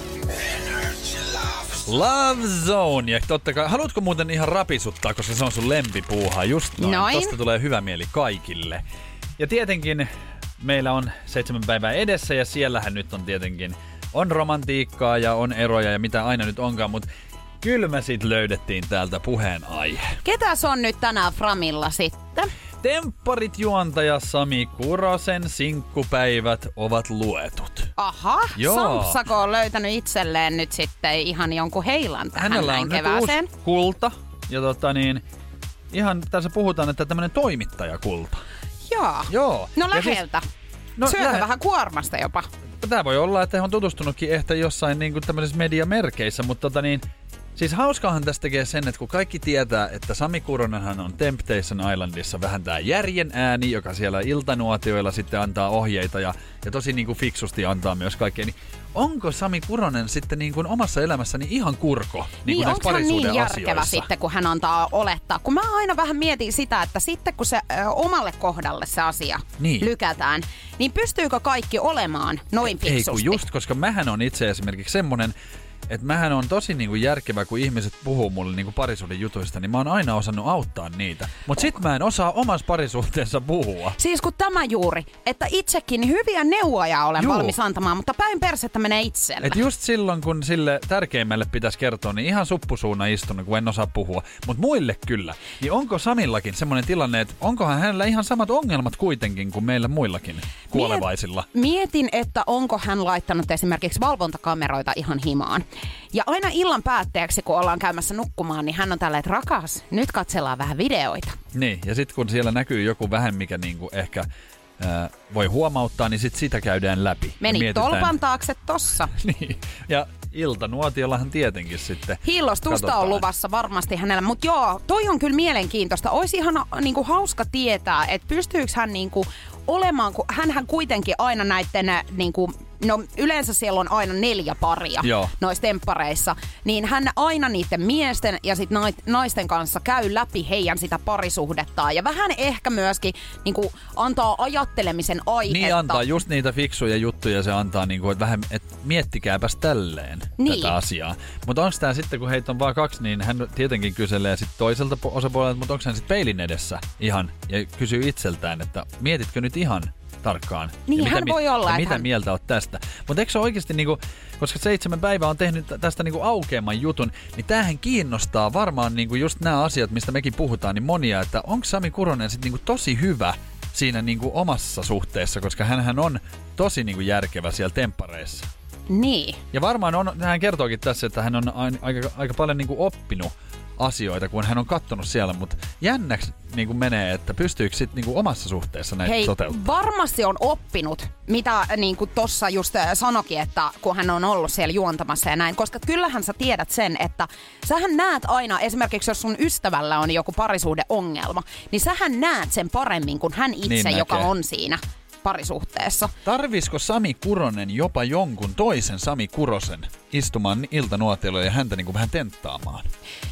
Love Zone. Ja totta kai, haluatko muuten ihan rapisuttaa, koska se on sun lempipuuha. Just noin. noin. Tosta tulee hyvä mieli kaikille. Ja tietenkin meillä on seitsemän päivää edessä ja siellähän nyt on tietenkin on romantiikkaa ja on eroja ja mitä aina nyt onkaan, mutta kyllä me sit löydettiin täältä puheenaihe.
Ketäs on nyt tänään Framilla sitten?
Tempparit juontaja Sami Kurosen sinkkupäivät ovat luetut.
Aha, Samsako on löytänyt itselleen nyt sitten ihan jonkun heilan tähän
Hänellä
näin
on
kevääseen?
Uusi kulta ja tota niin, ihan tässä puhutaan, että tämmönen toimittajakulta.
Joo.
Joo.
No läheltä. Siis, no, Syötä lähe... vähän kuormasta jopa.
Tää voi olla, että he on tutustunutkin ehkä jossain niin kuin tämmöisissä mediamerkeissä, mutta tota niin, siis hauskaahan tästä tekee sen, että kun kaikki tietää, että Sami Kuronenhan on Temptation Islandissa vähän tää järjen ääni, joka siellä iltanuotioilla sitten antaa ohjeita ja, ja tosi niin kuin fiksusti antaa myös kaikkea, niin onko Sami Kuronen sitten niin kuin omassa elämässäni ihan kurko niin,
niin
onko hän niin
järkevä
asioissa?
Sitten, kun hän antaa olettaa? Kun mä aina vähän mietin sitä, että sitten kun se ö, omalle kohdalle se asia niin. lykätään, niin pystyykö kaikki olemaan noin fiksusti?
Ei kun just, koska mähän on itse esimerkiksi semmonen, että mähän on tosi niinku järkevä, kun ihmiset puhuu mulle niinku parisuuden jutuista, niin mä oon aina osannut auttaa niitä. Mut sit mä en osaa omassa parisuhteessa puhua.
Siis kun tämä juuri, että itsekin hyviä neuvoja olen Juu. valmis antamaan, mutta päin persettä menee itsellä.
Et just silloin, kun sille tärkeimmälle pitäisi kertoa, niin ihan suppusuuna istunut, kun en osaa puhua. Mut muille kyllä. Niin onko Samillakin semmoinen tilanne, että onkohan hänellä ihan samat ongelmat kuitenkin kuin meillä muillakin kuolevaisilla?
Mietin, että onko hän laittanut esimerkiksi valvontakameroita ihan himaan. Ja aina illan päätteeksi, kun ollaan käymässä nukkumaan, niin hän on tällä, että rakas, nyt katsellaan vähän videoita.
Niin, ja sitten kun siellä näkyy joku vähän, mikä niinku ehkä ää, voi huomauttaa, niin sit sitä käydään läpi.
Meni mietitään... tolpan taakse tossa.
Niin, ja iltanuotiollahan tietenkin sitten
Hillostusta katsotaan. On luvassa varmasti hänellä, mutta joo, toi on kyllä mielenkiintoista. Olisi ihan niinku hauska tietää, että pystyykö hän niinku olemaan, kun hänhän kuitenkin aina näitten niinku, no yleensä siellä on aina neljä paria Joo. noissa temppareissa, niin hän aina niiden miesten ja sit naisten kanssa käy läpi heidän sitä parisuhdettaan ja vähän ehkä myöskin niinku antaa ajattelemisen aihetta.
Niin antaa just niitä fiksuja juttuja, se antaa niinku, että vähän, että miettikääpäs tälleen niin. tätä asiaa. Mutta onko tää sitten, kun heitä on vaan kaksi, niin hän tietenkin kyselee sit toiselta osapuolelta, mutta onko hän sitten peilin edessä ihan ja kysyy itseltään, että mietitkö nyt ihan tarkkaan.
Niin
ja
hän
mitä,
voi olla.
ja mitä
hän...
mieltä oot tästä? Mutta eikö se oikeasti, niinku, koska seitsemän päivää on tehnyt tästä niinku aukeamman jutun, niin tämähän kiinnostaa varmaan niinku just nämä asiat, mistä mekin puhutaan, niin monia, että onko Sami Kuronen sit niinku tosi hyvä siinä niinku omassa suhteessa, koska hänhän on tosi niinku järkevä siellä temppareissa.
Niin.
Ja varmaan on, hän kertookin tässä, että hän on aika, aika paljon niinku oppinut asioita, kun hän on kattonut siellä, mutta jännäksi niin kuin menee, että pystyykö sitten niin kuin omassa suhteessa näitä
Hei,
toteuttamaan?
Varmasti on oppinut, mitä niin kuin tossa just sanokin, että kun hän on ollut siellä juontamassa ja näin, koska kyllähän sä tiedät sen, että sähän näet aina, esimerkiksi jos sun ystävällä on joku parisuhdeongelma, niin sähän näet sen paremmin kuin hän itse, niin joka on siinä parisuhteessa.
Tarvisiko Sami Kuronen jopa jonkun toisen Sami Kurosen istumaan iltanuotiolla ja häntä niin kuin vähän tenttaamaan?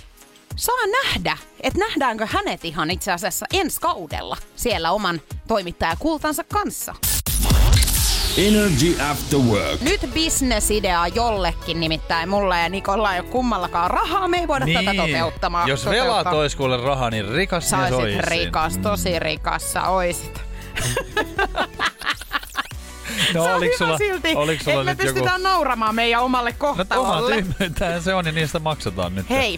Saa nähdä, että nähdäänkö hänet ihan itse asiassa ensi kaudella siellä oman toimittajakultansa kanssa.
Energy After Work.
Nyt bisnesidea jollekin, nimittäin mulla ja Nikolla ei ole kummallakaan rahaa, me ei voida
niin.
tätä toteuttamaan.
Jos
toteuttaa.
velat ois kuule rahaa, niin rikas
sä
mies
oisit rikas, tosi rikas sä oisit.
No,
se on
oliko
hyvä
sulla,
silti,
oliko sulla
että me
nyt
pystytään
joku...
nauramaan meidän omalle
No
kohtalolle.
oma tyhmyyttähän se on ja niistä maksetaan nyt.
Hei,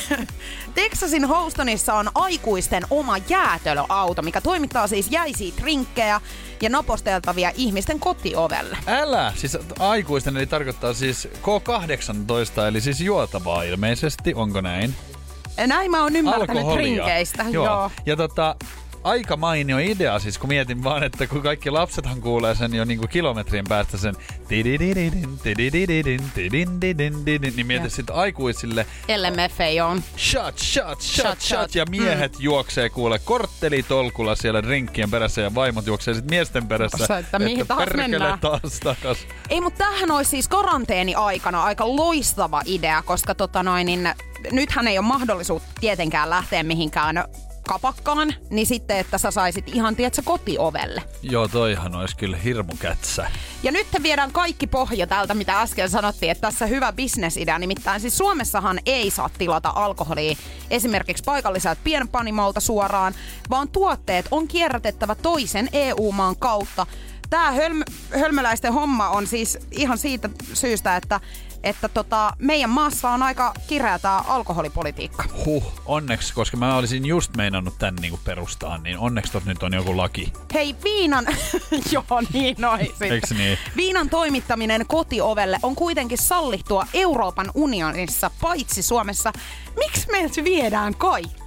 Texasin Houstonissa on aikuisten oma jäätelöauto, mikä toimittaa siis jäisiä trinkkejä ja naposteltavia ihmisten kotiovelle.
Älä! Siis aikuisten eli tarkoittaa siis K kahdeksantoista eli siis juotavaa ilmeisesti, onko näin?
Näin mä oon ymmärtänyt
Alkoholia.
trinkeistä.
Joo.
Joo.
Ja tota, aika mainio idea siis, kun mietin vaan, että kun kaikki lapsethan kuulee sen jo niinku kilometrien päästä sen tididididin, tididididin, tididididin, niin mietin sitten aikuisille
L M F ei on.
shot, shot, shot,
Shot,
shot,
shot.
ja miehet mm. juoksee kuule korttelitolkulla siellä drinkkien perässä ja vaimot juoksee sitten miesten perässä.
Osa, että mihin taas
perkele
mennään.
taas takas.
Ei, mutta tämähän olisi siis karanteeni-aikana aika loistava idea, koska tota noin, niin, nythän ei ole mahdollisuutta tietenkään lähteä mihinkään kapakkaan, niin sitten, että sä saisit ihan, tietsä, kotiovelle.
Joo, toihan olisi kyllä hirmu kätsä.
Ja nyt viedään kaikki pohja tältä, mitä äsken sanottiin, että tässä hyvä bisnesidea. Nimittäin siis Suomessahan ei saa tilata alkoholia esimerkiksi paikalliselta pienpanimolta suoraan, vaan tuotteet on kierrätettävä toisen E U-maan kautta. Tää hölm- hölmöläisten homma on siis ihan siitä syystä, että että tota, meidän maassa on aika kireä tää alkoholipolitiikka.
Huh, onneksi, koska mä olisin just meinannut tän niinku perustaa, niin onneksi tot nyt on joku laki.
Hei, viinan... Joo, niin noin sitten.
Eiks niin?
Viinan toimittaminen kotiovelle on kuitenkin sallittua Euroopan unionissa, paitsi Suomessa. Miksi meiltä viedään kaikki?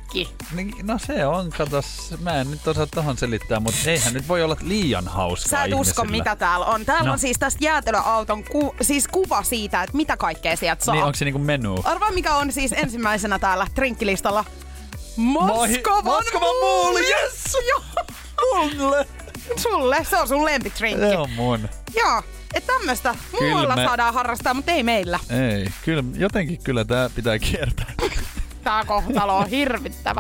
No se on, katos, mä en nyt osaa tohon selittää, mutta eihän nyt voi olla liian hauskaa
Sä et usko,
ihmisillä.
mitä täällä on. Täällä
No.
on siis tästä jäätelöauton ku, siis kuva siitä, että mitä kaikkea sieltä saa.
Niin, onko se niinku menu?
Arvaa, mikä on siis ensimmäisenä täällä drinkkilistalla. Moskovan,
Moskovan muuli, yes!
Joo.
Mulle!
Sulle, se on sun lempitrinkki.
Se on mun.
Joo, että tämmöstä
Kyllä
muualla
me-
saadaan harrastaa, mutta ei meillä.
Ei, kyllä, jotenkin kyllä tää pitää kiertää.
Tää kohtalo on hirvittävä.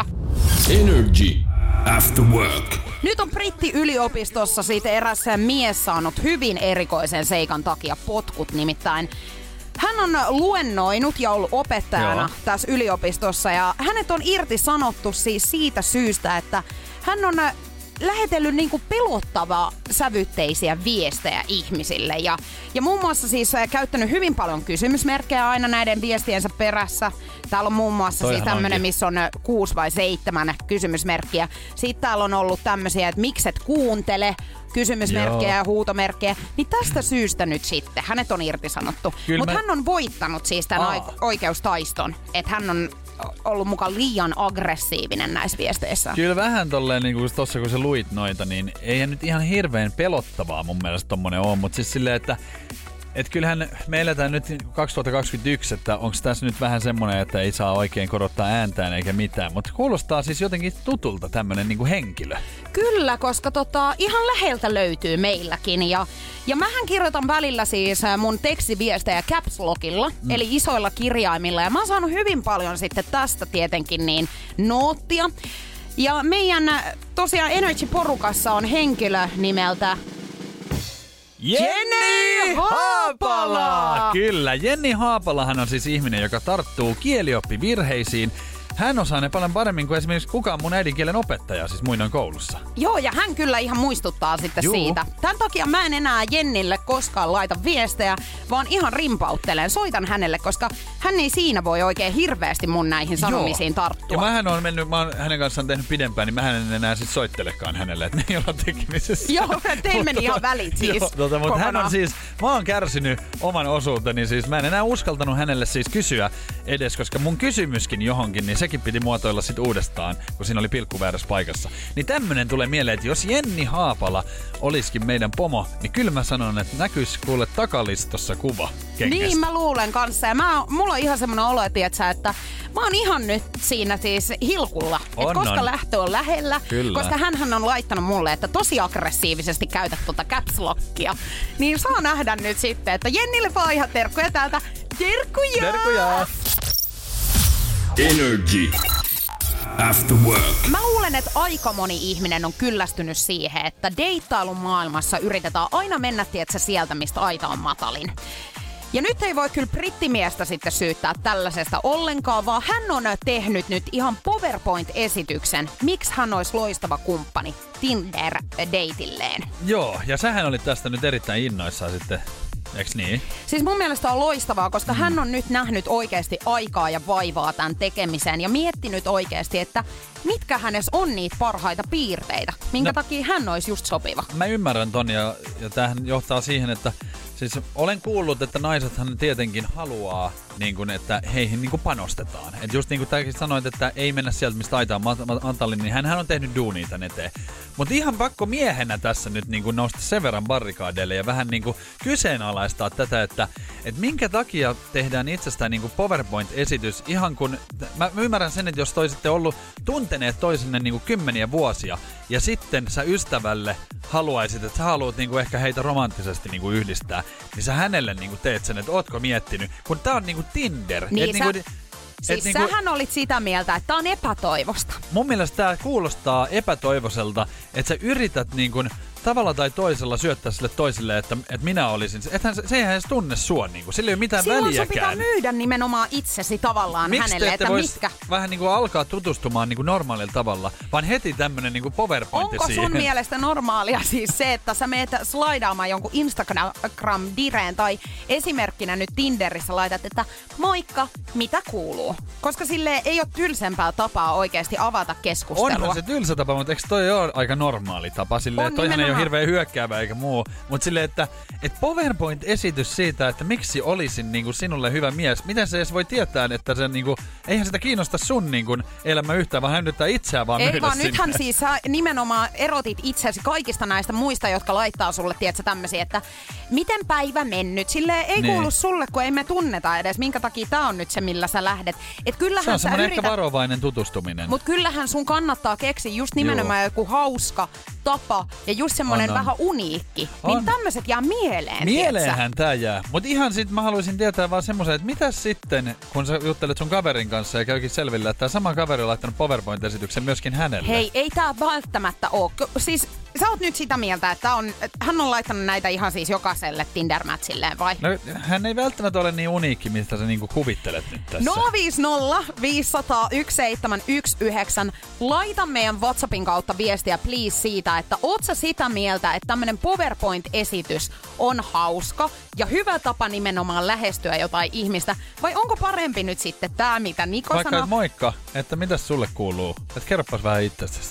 Energy After Work.
Nyt on brittiyliopistossa siitä eräs mies saanut hyvin erikoisen seikan takia potkut, nimittäin hän on luennoinut ja ollut opettajana
Joo.
tässä yliopistossa ja hänet on irtisanottu siis siitä syystä, että hän on lähetellyt niinku pelottavaa sävytteisiä viestejä ihmisille ja, ja muun muassa siis käyttänyt hyvin paljon kysymysmerkkejä aina näiden viestiensä perässä. Täällä on muun muassa
Toihan
siis tämmönen,
onkin.
missä on kuusi vai seitsemän kysymysmerkkiä. Sitten täällä on ollut tämmöisiä, että mikset kuuntele, kysymysmerkkejä
Joo.
ja huutomerkkejä. Niin tästä syystä nyt sitten hänet on irtisanottu.
Kyllä
Mutta
mä-
hän on voittanut siis tämän
Aa.
oik- oikeustaiston, että hän on ollut mukaan liian aggressiivinen näissä viesteissä.
Kyllä vähän tolleen, niin kuin tossa kun sä luit noita, niin eihän nyt ihan hirveän pelottavaa mun mielestä tommonen on, mutta siis silleen, että et kyllähän me eletään nyt kaksituhattakaksikymmentäyksi, että onko tässä nyt vähän semmonen, että ei saa oikein korottaa ääntään eikä mitään, mutta kuulostaa siis jotenkin tutulta tämmönen niinku henkilö.
Kyllä, koska tota, ihan läheltä löytyy meilläkin. Ja, ja mähän kirjoitan välillä siis mun tekstiviestejä caps lockilla, mm. eli isoilla kirjaimilla. Ja mä oon saanut hyvin paljon sitten tästä tietenkin niin noottia. Ja meidän tosiaan Energy-porukassa on henkilö nimeltä Jenni Haapala!
Kyllä, Jenni Haapalahan on siis ihminen, joka tarttuu kielioppivirheisiin. Hän osaa ne paljon paremmin kuin esimerkiksi kukaan mun äidinkielen opettaja, siis muinoin koulussa.
Joo, ja hän kyllä ihan muistuttaa sitten
Juu.
siitä. Tämän takia mä en enää Jennille koskaan laita viestejä, vaan ihan rimpauttelen. Soitan hänelle, koska hän ei siinä voi oikein hirveästi mun näihin sanomisiin
Joo.
tarttua.
Ja mähän on mennyt, mä oon hänen kanssaan tehnyt pidempään, niin mähän en enää sit soittelekaan hänelle, että me ei olla tekemisessä.
Joo, teillä meni ihan välit siis.
Joo, tota, mutta hän on
kokonaan.
siis, mä oon kärsinyt oman osuuteni, siis mä en enää uskaltanut hänelle siis kysyä edes, koska mun kysymyskin johonkin, niin sekin piti muotoilla sit uudestaan, kun siinä oli pilkku väärässä paikassa. Niin tämmönen tulee mieleen, että jos Jenni Haapala olisikin meidän pomo, niin kyllä mä sanon, että näkyisi kuule takalistossa kuva kengästä.
Niin mä luulen kanssa. Ja mä, mulla on ihan semmoinen olo, tietsä, että mä oon ihan nyt siinä siis hilkulla.
On,
että koska
on.
lähtö on lähellä.
Kyllä.
Koska hänhän on laittanut mulle, että tosi aggressiivisesti käytät tuota caps lockia. Niin saa nähdä nyt sitten, että Jennille vaan ihan terkkuja täältä. Terkkuja!
Terkkuja!
Energy After Work.
Mä luulen, että aika moni ihminen on kyllästynyt siihen, että deittailun maailmassa yritetään aina mennä, tietsä, sieltä, mistä aita on matalin. Ja nyt ei voi kyllä brittimiestä sitten syyttää tällaisesta ollenkaan, vaan hän on tehnyt nyt ihan PowerPoint-esityksen, miksi hän olisi loistava kumppani Tinder-deitilleen.
Joo, ja sähän olit tästä nyt erittäin innoissaan sitten. Eiks niin?
Siis mun mielestä on loistavaa, koska mm. hän on nyt nähnyt oikeasti aikaa ja vaivaa tämän tekemiseen ja miettinyt oikeasti, että mitkä hänessä on niitä parhaita piirteitä, minkä no, takia hän olisi just sopiva.
Mä ymmärrän ton ja, ja tämähän johtaa siihen, että siis olen kuullut, että naisethan tietenkin haluaa, niin kun, että heihin niin kun panostetaan. Et just niin kuin tämäkin sanoit, että ei mennä sieltä, mistä aita on matalin, niin hänhän on tehnyt duunia tän eteen. Mutta ihan pakko miehenä tässä nyt niin kun nousta sen verran barrikaadeille ja vähän niin kun kyseenalaistaa tätä, että et minkä takia tehdään itsestään niin kun PowerPoint-esitys ihan kun... Mä ymmärrän sen, että jos toisitte ollut tunteneet toisenne niin kun kymmeniä vuosia ja sitten sä ystävälle haluaisit, että sä haluat niinku ehkä heitä romanttisesti niinku yhdistää, niin sä hänelle niinku teet sen, että ootko miettinyt, kun tää on niinku Tinder.
Niin
et
sä,
niinku,
siis
et
sähän
niinku,
olit sitä mieltä, että tää on epätoivosta.
Mun mielestä tää kuulostaa epätoivoiselta, että sä yrität niinku tavalla tai toisella syöttää sille toiselle, että, että minä olisin. Ethän se, se ei edes tunne sua, niinku. Sillä ei ole mitään
silloin
väliäkään.
Silloin sun pitää myydä nimenomaan itsesi tavallaan
Miks
hänelle, että mitkä.
vähän niinku alkaa tutustumaan niinku normaalilla tavalla, vaan heti tämmönen niinku PowerPointti
Onko sun
siihen.
mielestä normaalia siis se, että sä meet slaidaamaan jonkun Instagram-direen tai esimerkkinä nyt Tinderissä laitat, että moikka, mitä kuuluu? Koska sille ei ole tylsempää tapaa oikeasti avata keskustelua.
Onhan se tylsä tapa, mutta eikö toi ole aika normaali tapa? Silleen, toihan nimenomaan. Ei ole hirveän hyökkäävä eikä muu. Mutta silleen, että et PowerPoint-esitys siitä, että miksi olisin niinku sinulle hyvä mies, miten se edes voi tietää, että se niinku, eihän sitä kiinnosta sun niinku elämä yhtään, vaan hän yrittää itseään vaan
ei
myydä
vaan
sinne.
Nythän siis sä nimenomaan erotit itsesi kaikista näistä muista, jotka laittaa sulle, tiedätkö, tämmöisiä, että miten päivä mennyt? Silleen ei niin. Kuulu sulle, kun ei me tunneta edes, minkä takia tää on nyt se, millä sä lähdet. Et kyllähän
se on semmoinen
yrität...
ehkä varovainen tutustuminen.
Mut kyllähän sun kannattaa keksiä just nimenomaan Joo. joku hauska tapa ja just semmonen on, on. vähän uniikki. On. Niin tämmöset jää mieleen.
Mieleenhän tää jää. Mut ihan sit mä haluaisin tietää vaan semmoisen, että mitä sitten, kun sä juttelet sun kaverin kanssa ja käykin selville, että tää sama kaveri on laittanut PowerPoint-esityksen myöskin hänelle.
Hei, ei tää välttämättä oo. Siis sä oot nyt sitä mieltä, että on, että hän on laittanut näitä ihan siis jokaiselle Tinder-matchilleen, vai?
No, hän ei välttämättä ole niin uniikki, mistä sä niinku kuvittelet nyt tässä.
nolla viisi nolla viisi nolla nolla yksi seitsemän yksi yhdeksän. Laita meidän WhatsAppin kautta viestiä please siitä, että oot sä sitä mieltä, että tämmönen PowerPoint-esitys on hauska ja hyvä tapa nimenomaan lähestyä jotain ihmistä, vai onko parempi nyt sitten tää, mitä Niko
Vaikka
sanoo?
Moikka, että mitäs sulle kuuluu? Et kerropas vähän itsestäsi.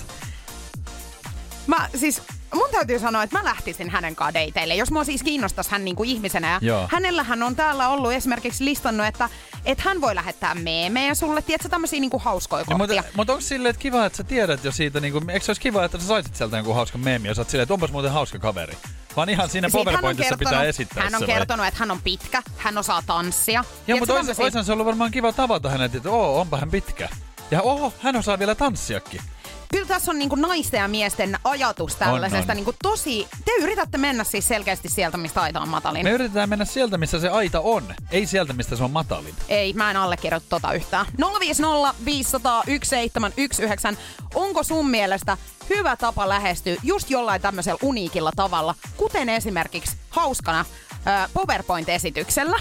Mä siis, mun täytyy sanoa, että mä lähtisin hänen kanssa dateille, jos mua siis kiinnostaisi hän niinku ihmisenä. Ja
Joo.
hänellähän on täällä ollut esimerkiksi listannut, että et hän voi lähettää meemejä sulle, tiedätkö, tämmösiä niinku hauskoja
no,
kohtia.
mutta, mutta onko silleen, että kiva, että sä tiedät jo siitä, niinku, eikö se olisi kiva, että sä saisit sieltä jonkun hauskan meemi ja sä oot silleen, että onpas muuten hauska kaveri. Vaan ihan siinä PowerPointissa pitää esittää
Hän on
se,
kertonut,
vai?
että hän on pitkä, hän osaa tanssia.
Joo, mutta ois, oishan se ollut varmaan kiva tavata hänet, että oo, onpa hän pitkä. Ja oho, hän osaa vielä tanssiakin.
Kyllä tässä on niinku naisten ja miesten ajatus tällaisesta.
On, on.
Niinku tosi, te yritätte mennä siis selkeästi sieltä, mistä aita on matalin.
Me yritetään mennä sieltä, missä se aita on, ei sieltä, mistä se on matalin.
Ei, mä en allekirjoita tota yhtään. nolla viisi nolla viisi nolla nolla yksi seitsemän yksi yhdeksän. Onko sun mielestä hyvä tapa lähestyä just jollain tämmöisellä uniikilla tavalla, kuten esimerkiksi hauskana äh, PowerPoint-esityksellä?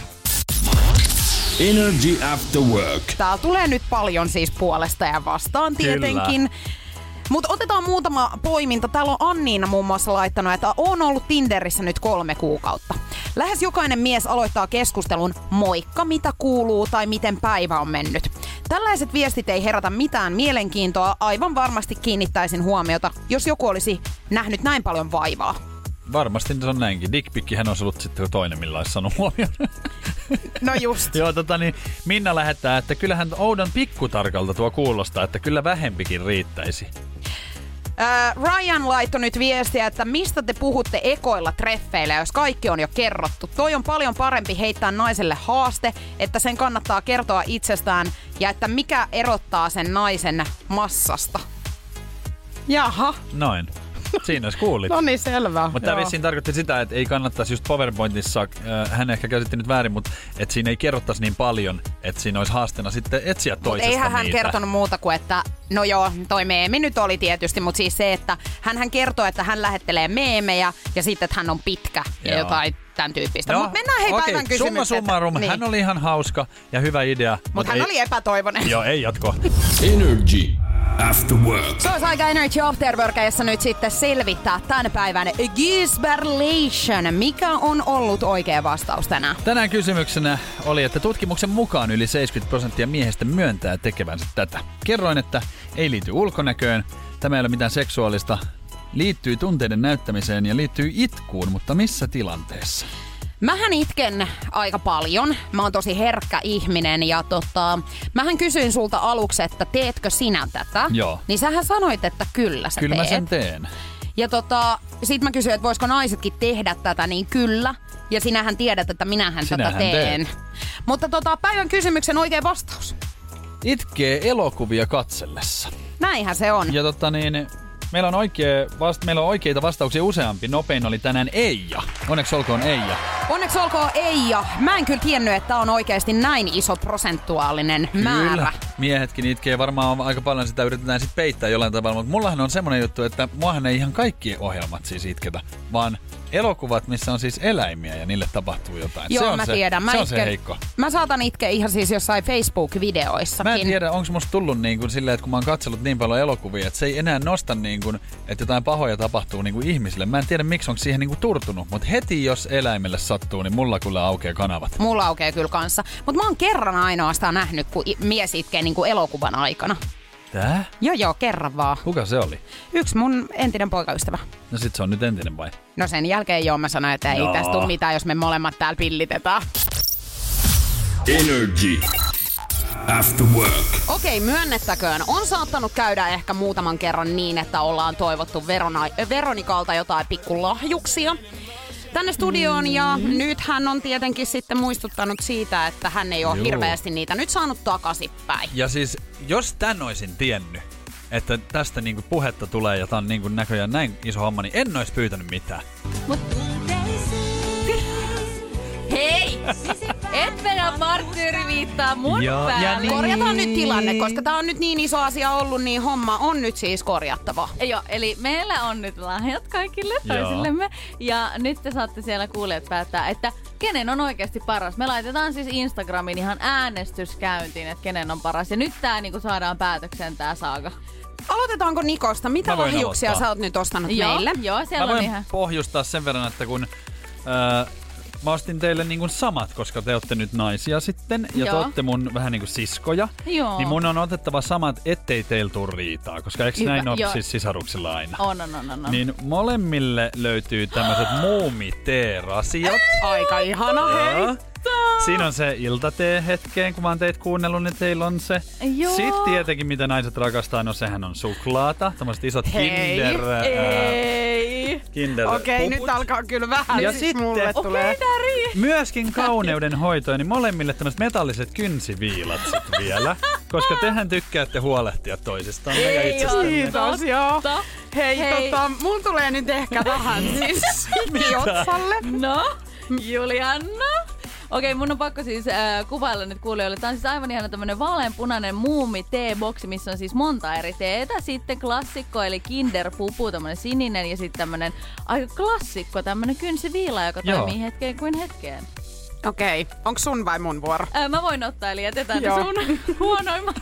Energy After Work.
Täällä tulee nyt paljon siis puolesta ja vastaan tietenkin. Mutta otetaan muutama poiminta. Täällä on Anniina muun muassa laittanut, että on ollut Tinderissä nyt kolme kuukautta. Lähes jokainen mies aloittaa keskustelun moikka, mitä kuuluu tai miten päivä on mennyt. Tällaiset viestit ei herätä mitään mielenkiintoa. Aivan varmasti kiinnittäisin huomiota, jos joku olisi nähnyt näin paljon vaivaa.
Varmasti se on näinkin. Dickpikkihän on ollut sitten toinen, millä olisi sanonut huomioon.
No just.
Joo, tota niin, Minna lähettää, että kyllähän oudon pikkutarkalta tuo kuulostaa, että kyllä vähempikin riittäisi.
Äh, Ryan laittoi nyt viestiä, että mistä te puhutte ekoilla treffeillä, jos kaikki on jo kerrottu. Toi on paljon parempi heittää naiselle haaste, että sen kannattaa kertoa itsestään ja että mikä erottaa sen naisen massasta. Jaha.
Noin. Siinä jos kuulit.
No niin, selvä.
Mutta tämä vissiin tarkoitti sitä, että ei kannattaisi just PowerPointissa, äh, hän ehkä käsitti nyt väärin, mutta että siinä ei kerrottaisi niin paljon, että siinä olisi haasteena sitten etsiä toisesta
eihän hän
niitä.
kertonut muuta kuin, että no joo, toi meemi nyt oli tietysti, mutta siis se, että hän kertoo, että hän lähettelee meemejä ja sitten, että hän on pitkä ja
joo.
jotain tämän tyyppistä.
No,
Mutta mennään hei
okei,
päivän kysymykseen.
Summa summarum,
niin.
hän oli ihan hauska ja hyvä idea.
Mutta
mut
hän
ei...
oli epätoivoinen.
Joo, ei jatko.
Energy After Work.
Se olisi aika Energy Afterworkissa nyt sitten selvittää tämän päivän Gisberlation. Mikä on ollut oikea vastaus tänään?
Tänään kysymyksenä oli, että tutkimuksen mukaan yli seitsemänkymmentä prosenttia miehistä myöntää tekevänsä tätä. Kerroin, että ei liity ulkonäköön, tämä ei ole mitään seksuaalista, liittyy tunteiden näyttämiseen ja liittyy itkuun, mutta missä tilanteessa?
Mähän itken aika paljon. Mä oon tosi herkkä ihminen ja tota, mähän kysyin sulta aluksi, että teetkö sinä tätä?
Joo.
Niin sähän sanoit, että kyllä sä
Kyllä
teet.
mä sen teen.
Ja tota, sit mä kysyin, että voisiko naisetkin tehdä tätä, niin kyllä. Ja sinähän tiedät, että minähän
Sinähän
tätä teen.
teet.
Mutta tota, päivän kysymyksen oikea vastaus.
Itkee elokuvia katsellessa.
Näinhän se on.
Ja tota niin, meillä on, oikea vasta- meillä on oikeita vastauksia useampi. Nopein oli tänään Eija. Onneksi olkoon Eija.
Onneksi olkoon Eija. Mä en kyllä tiennyt, että on oikeasti näin iso prosentuaalinen määrä.
Kyllä. Miehetkin itkee. Varmaan aika paljon sitä yritetään sit peittää jollain tavalla. Mutta mullahan on semmonen juttu, että muahan ei ihan kaikki ohjelmat siis itketä, vaan elokuvat, missä on siis eläimiä ja niille tapahtuu jotain.
Joo,
se on
mä
se,
tiedän. Mä
se on
itken,
se heikko.
Mä saatan itkeä ihan siis jossain Facebook-videoissakin.
Mä en tiedä, onko musta tullut niin kuin silleen, että kun mä oon katsellut niin paljon elokuvia, että se ei enää nosta niin kuin, että jotain pahoja tapahtuu niin kuin ihmisille. Mä en tiedä, miksi onko siihen niin kuin turtunut, mutta heti jos eläimelle sattuu, niin mulla kyllä aukeaa kanavat.
Mulla aukeaa kyllä kanssa. Mutta mä oon kerran ainoastaan nähnyt, kun i- mies itkee niin kuin elokuvan aikana.
Tää?
Joo joo, kerran vaan.
Kuka se oli?
Yksi mun entinen poikaystävä.
No sit se on nyt entinen vai?
No sen jälkeen joo, mä sanoin, että ei
Joo.
tästä tule mitään, jos me molemmat täällä pillitetään.
Energy After Work.
Okei, myönnettäköön. On saattanut käydä ehkä muutaman kerran niin, että ollaan toivottu Verona- Veronikalta jotain pikkulahjuksia tänne studioon, ja
Mm.
nyt hän on tietenkin sitten muistuttanut siitä, että hän ei ole
Juu.
hirveästi niitä nyt saanut takaisinpäin.
Ja siis, jos tän oisin tiennyt, että tästä niinku puhetta tulee ja tää on niinku näköjään näin iso homma, niin en ois pyytänyt mitään.
Hei! Et vedä marttyyri viittaa mun
Joo, ja
päälle.
niin.
Korjataan nyt tilanne, koska tää on nyt niin iso asia ollut, niin homma on nyt siis korjattava.
Joo, eli meillä on nyt lahjat kaikille
Joo.
toisillemme. Ja nyt te saatte siellä kuulijat päättää, että kenen on oikeasti paras. Me laitetaan siis Instagramiin ihan äänestyskäyntiin, että kenen on paras. Ja nyt tää niinku saadaan päätökseen tää saaga.
Aloitetaanko Nikosta? Mitä
Mä voin
lahjuksia
aloittaa.
sä oot nyt ostanut
Joo,
meille?
joo, siellä
Mä
on
voin
ihan...
pohjustaa sen verran, että kun ää, mä ostin teille niinku samat, koska te olette nyt naisia sitten, ja te
Joo.
olette mun vähän niinku siskoja,
Joo.
niin mun on otettava samat, ettei teillä tuu riitaa, koska eikö
Hyvä,
näin ole
joo.
siis sisaruksilla aina?
On, on, on, on. on.
Niin molemmille löytyy tämmöiset muumiteerasiat.
Aika ihana, hei.
Joo. Siinä on se iltatee hetkeen, kun mä oon teitä kuunnellut, niin teillä on se.
Joo.
Sitten tietenkin, mitä naiset rakastaa, no sehän on suklaata. Tämmöiset isot
Hei.
kinder... ää,
Ei.
kinder
Okei,
puput.
nyt alkaa kyllä vähän.
Ja
siis
sitten-
mulle
Okei,
tulee.
tää riittää.
Myöskin kauneuden hoitoon, niin molemmille tämmöiset metalliset kynsiviilat sit vielä. Koska tehän tykkäätte huolehtia toisistanne ja
Ei
itsestänne.
Kiitos, joo.
Totta.
Hei,
Hei.
tota, mun tulee nyt ehkä vähän siis otsalle.
No, Julianna. Okei, mun on pakko siis äh, kuvailla nyt kuulijoille. Tää on siis aivan ihana tämmönen vaaleanpunainen muumi teeboksi, missä on siis monta eri teetä. Sitten klassikko, eli Kinder Pupu, tämmönen sininen. Ja sitten tämmönen aika klassikko, tämmönen kynsiviila, joka
Joo.
toimii hetkeen kuin hetkeen.
Okei, onks sun vai mun vuoro?
Ää, mä voin ottaa, eli jätetään ne
Joo.
sun huonoimmat.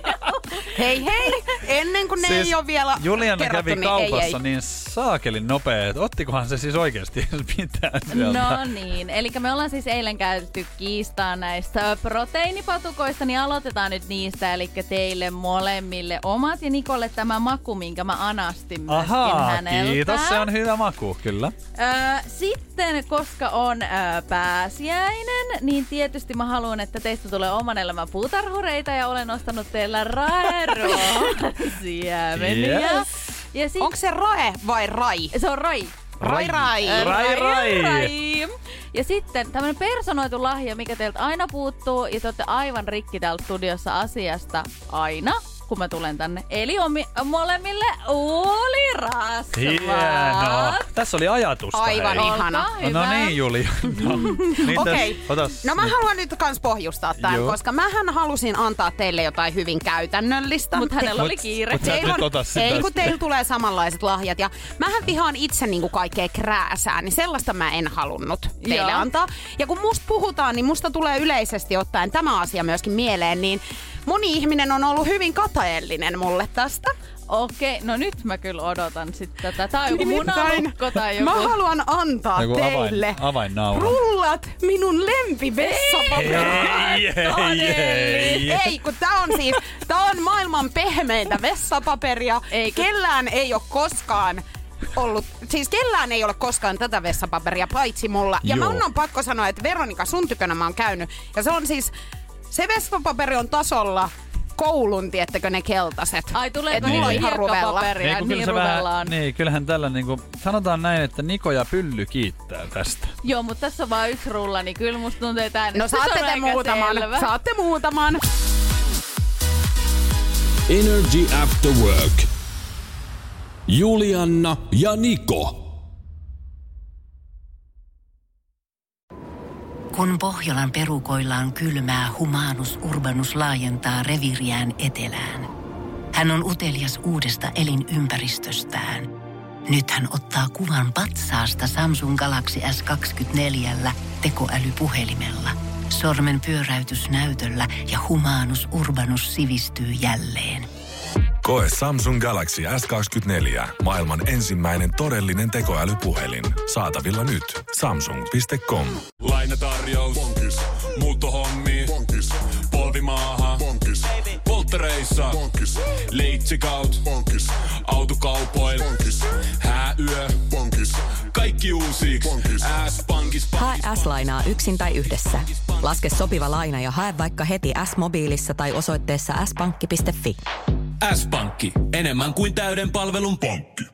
Hei hei, ennen kuin ne
Siis
ei ole vielä
Juliana
kerrottu,
kävi
niin
kaupassa
ei, ei.
niin saakelin nopea, että ottikohan se siis oikeasti mitään sieltä.
No niin, eli me ollaan siis eilen käytetty kiistaa näistä proteiinipatukoista, niin aloitetaan nyt niistä, eli teille molemmille omat ja Nikolle tämä maku, minkä mä anastin myöskin
Ahaa,
häneltä.
kiitos, se on hyvä maku, kyllä.
Öö, sitten, koska on öö, pääsiäinen, niin tietysti mä haluan, että teistä tulee oman elämän puutarhureita ja olen ostanut teillä raeroa siemeniä.
Yes.
Ja sit,
Onko se rae vai rai?
se on rai.
Rai rai.
Ää,
Rai, rai.
rai. Ja sitten tämmönen personoitu lahja, mikä teiltä aina puuttuu, ja te olette aivan rikki täällä studiossa asiasta aina. kun mä tulen tänne. Eli omi, molemmille uulirasvat.
Hienoa. Tässä oli ajatusta.
Aivan
hei.
ihana.
No niin, Julia. No, niin
Okei.
Okay.
No mä haluan nyt kans pohjustaa tämän,
Joo.
koska mähän halusin antaa teille jotain hyvin käytännöllistä.
Mutta hänellä
Mut-
oli kiire.
mut sä et
Teillä
nyt ota sitä.
ei kun teillä tulee samanlaiset lahjat. Ja mähän vihaan itse niinku kaikkea krääsää, niin sellaista mä en halunnut teille
Joo.
antaa. Ja kun musta puhutaan, niin musta tulee yleisesti ottaen tämä asia myöskin mieleen, niin moni ihminen on ollut hyvin kateellinen mulle tästä.
Okei, no nyt mä kyllä odotan sitten tätä. Tää on joku
Nimittäin
munalukko tai joku.
Mä haluan antaa
Joku avain-
teille
avainnauha.
rullat minun lempivessapaperia.
Ei, ei, ei.
Ei, kun tää on siis, tää on maailman pehmeintä vessapaperia.
Eikö?
Kellään ei ole koskaan ollut, siis kellään ei ole koskaan tätä vessapaperia paitsi mulla. Ja
Joo.
mä on pakko sanoa, että Veronika, sun tykönä mä oon käynyt. Ja se on siis, se vessapaperi on tasolla koulun, tiettekö ne keltaiset.
Ai tuleeko
Et mulla on
niitä
ihan ruvella.
hiekkapaperia,
Niin, kun kyllä
niin
se
ruvellaan.
vähän, niin, kyllähän tällä niinku, sanotaan näin, että Niko ja Pylly kiittää tästä.
Joo, mutta tässä on vaan yksi rulla, niin kyllä musta tuntuu, että äänestys
No saatte
on
te
aika
muutaman,
selvä.
saatte muutaman.
Energy After Work. Julianna ja Niko.
Kun Pohjolan perukoillaan kylmää, Humanus Urbanus laajentaa reviiriään etelään. Hän on utelias uudesta elinympäristöstään. Nyt hän ottaa kuvan patsaasta Samsung Galaxy S kaksikymmentäneljä tekoälypuhelimella. Sormen pyöräytys näytöllä ja Humanus Urbanus sivistyy jälleen.
Koe Samsung Galaxy S kaksikymmentäneljä. Maailman ensimmäinen todellinen tekoälypuhelin. Saatavilla nyt. Samsung piste com.
Lainatarjous. Bonkis. Muuttohommi. Bonkis. Polvimaaha. Bonkis. Polttereissa. Bonkis. Leitsikaut. Bonkis. Autokaupoil. Bonkis. Hääyö. Bonkis. Kaikki uusi. S-pankis.
Hae S-lainaa yksin tai yhdessä. Laske sopiva laina ja hae vaikka heti S-mobiilissa tai osoitteessa s pankki piste fi.
S-pankki. Enemmän kuin täyden palvelun pankki.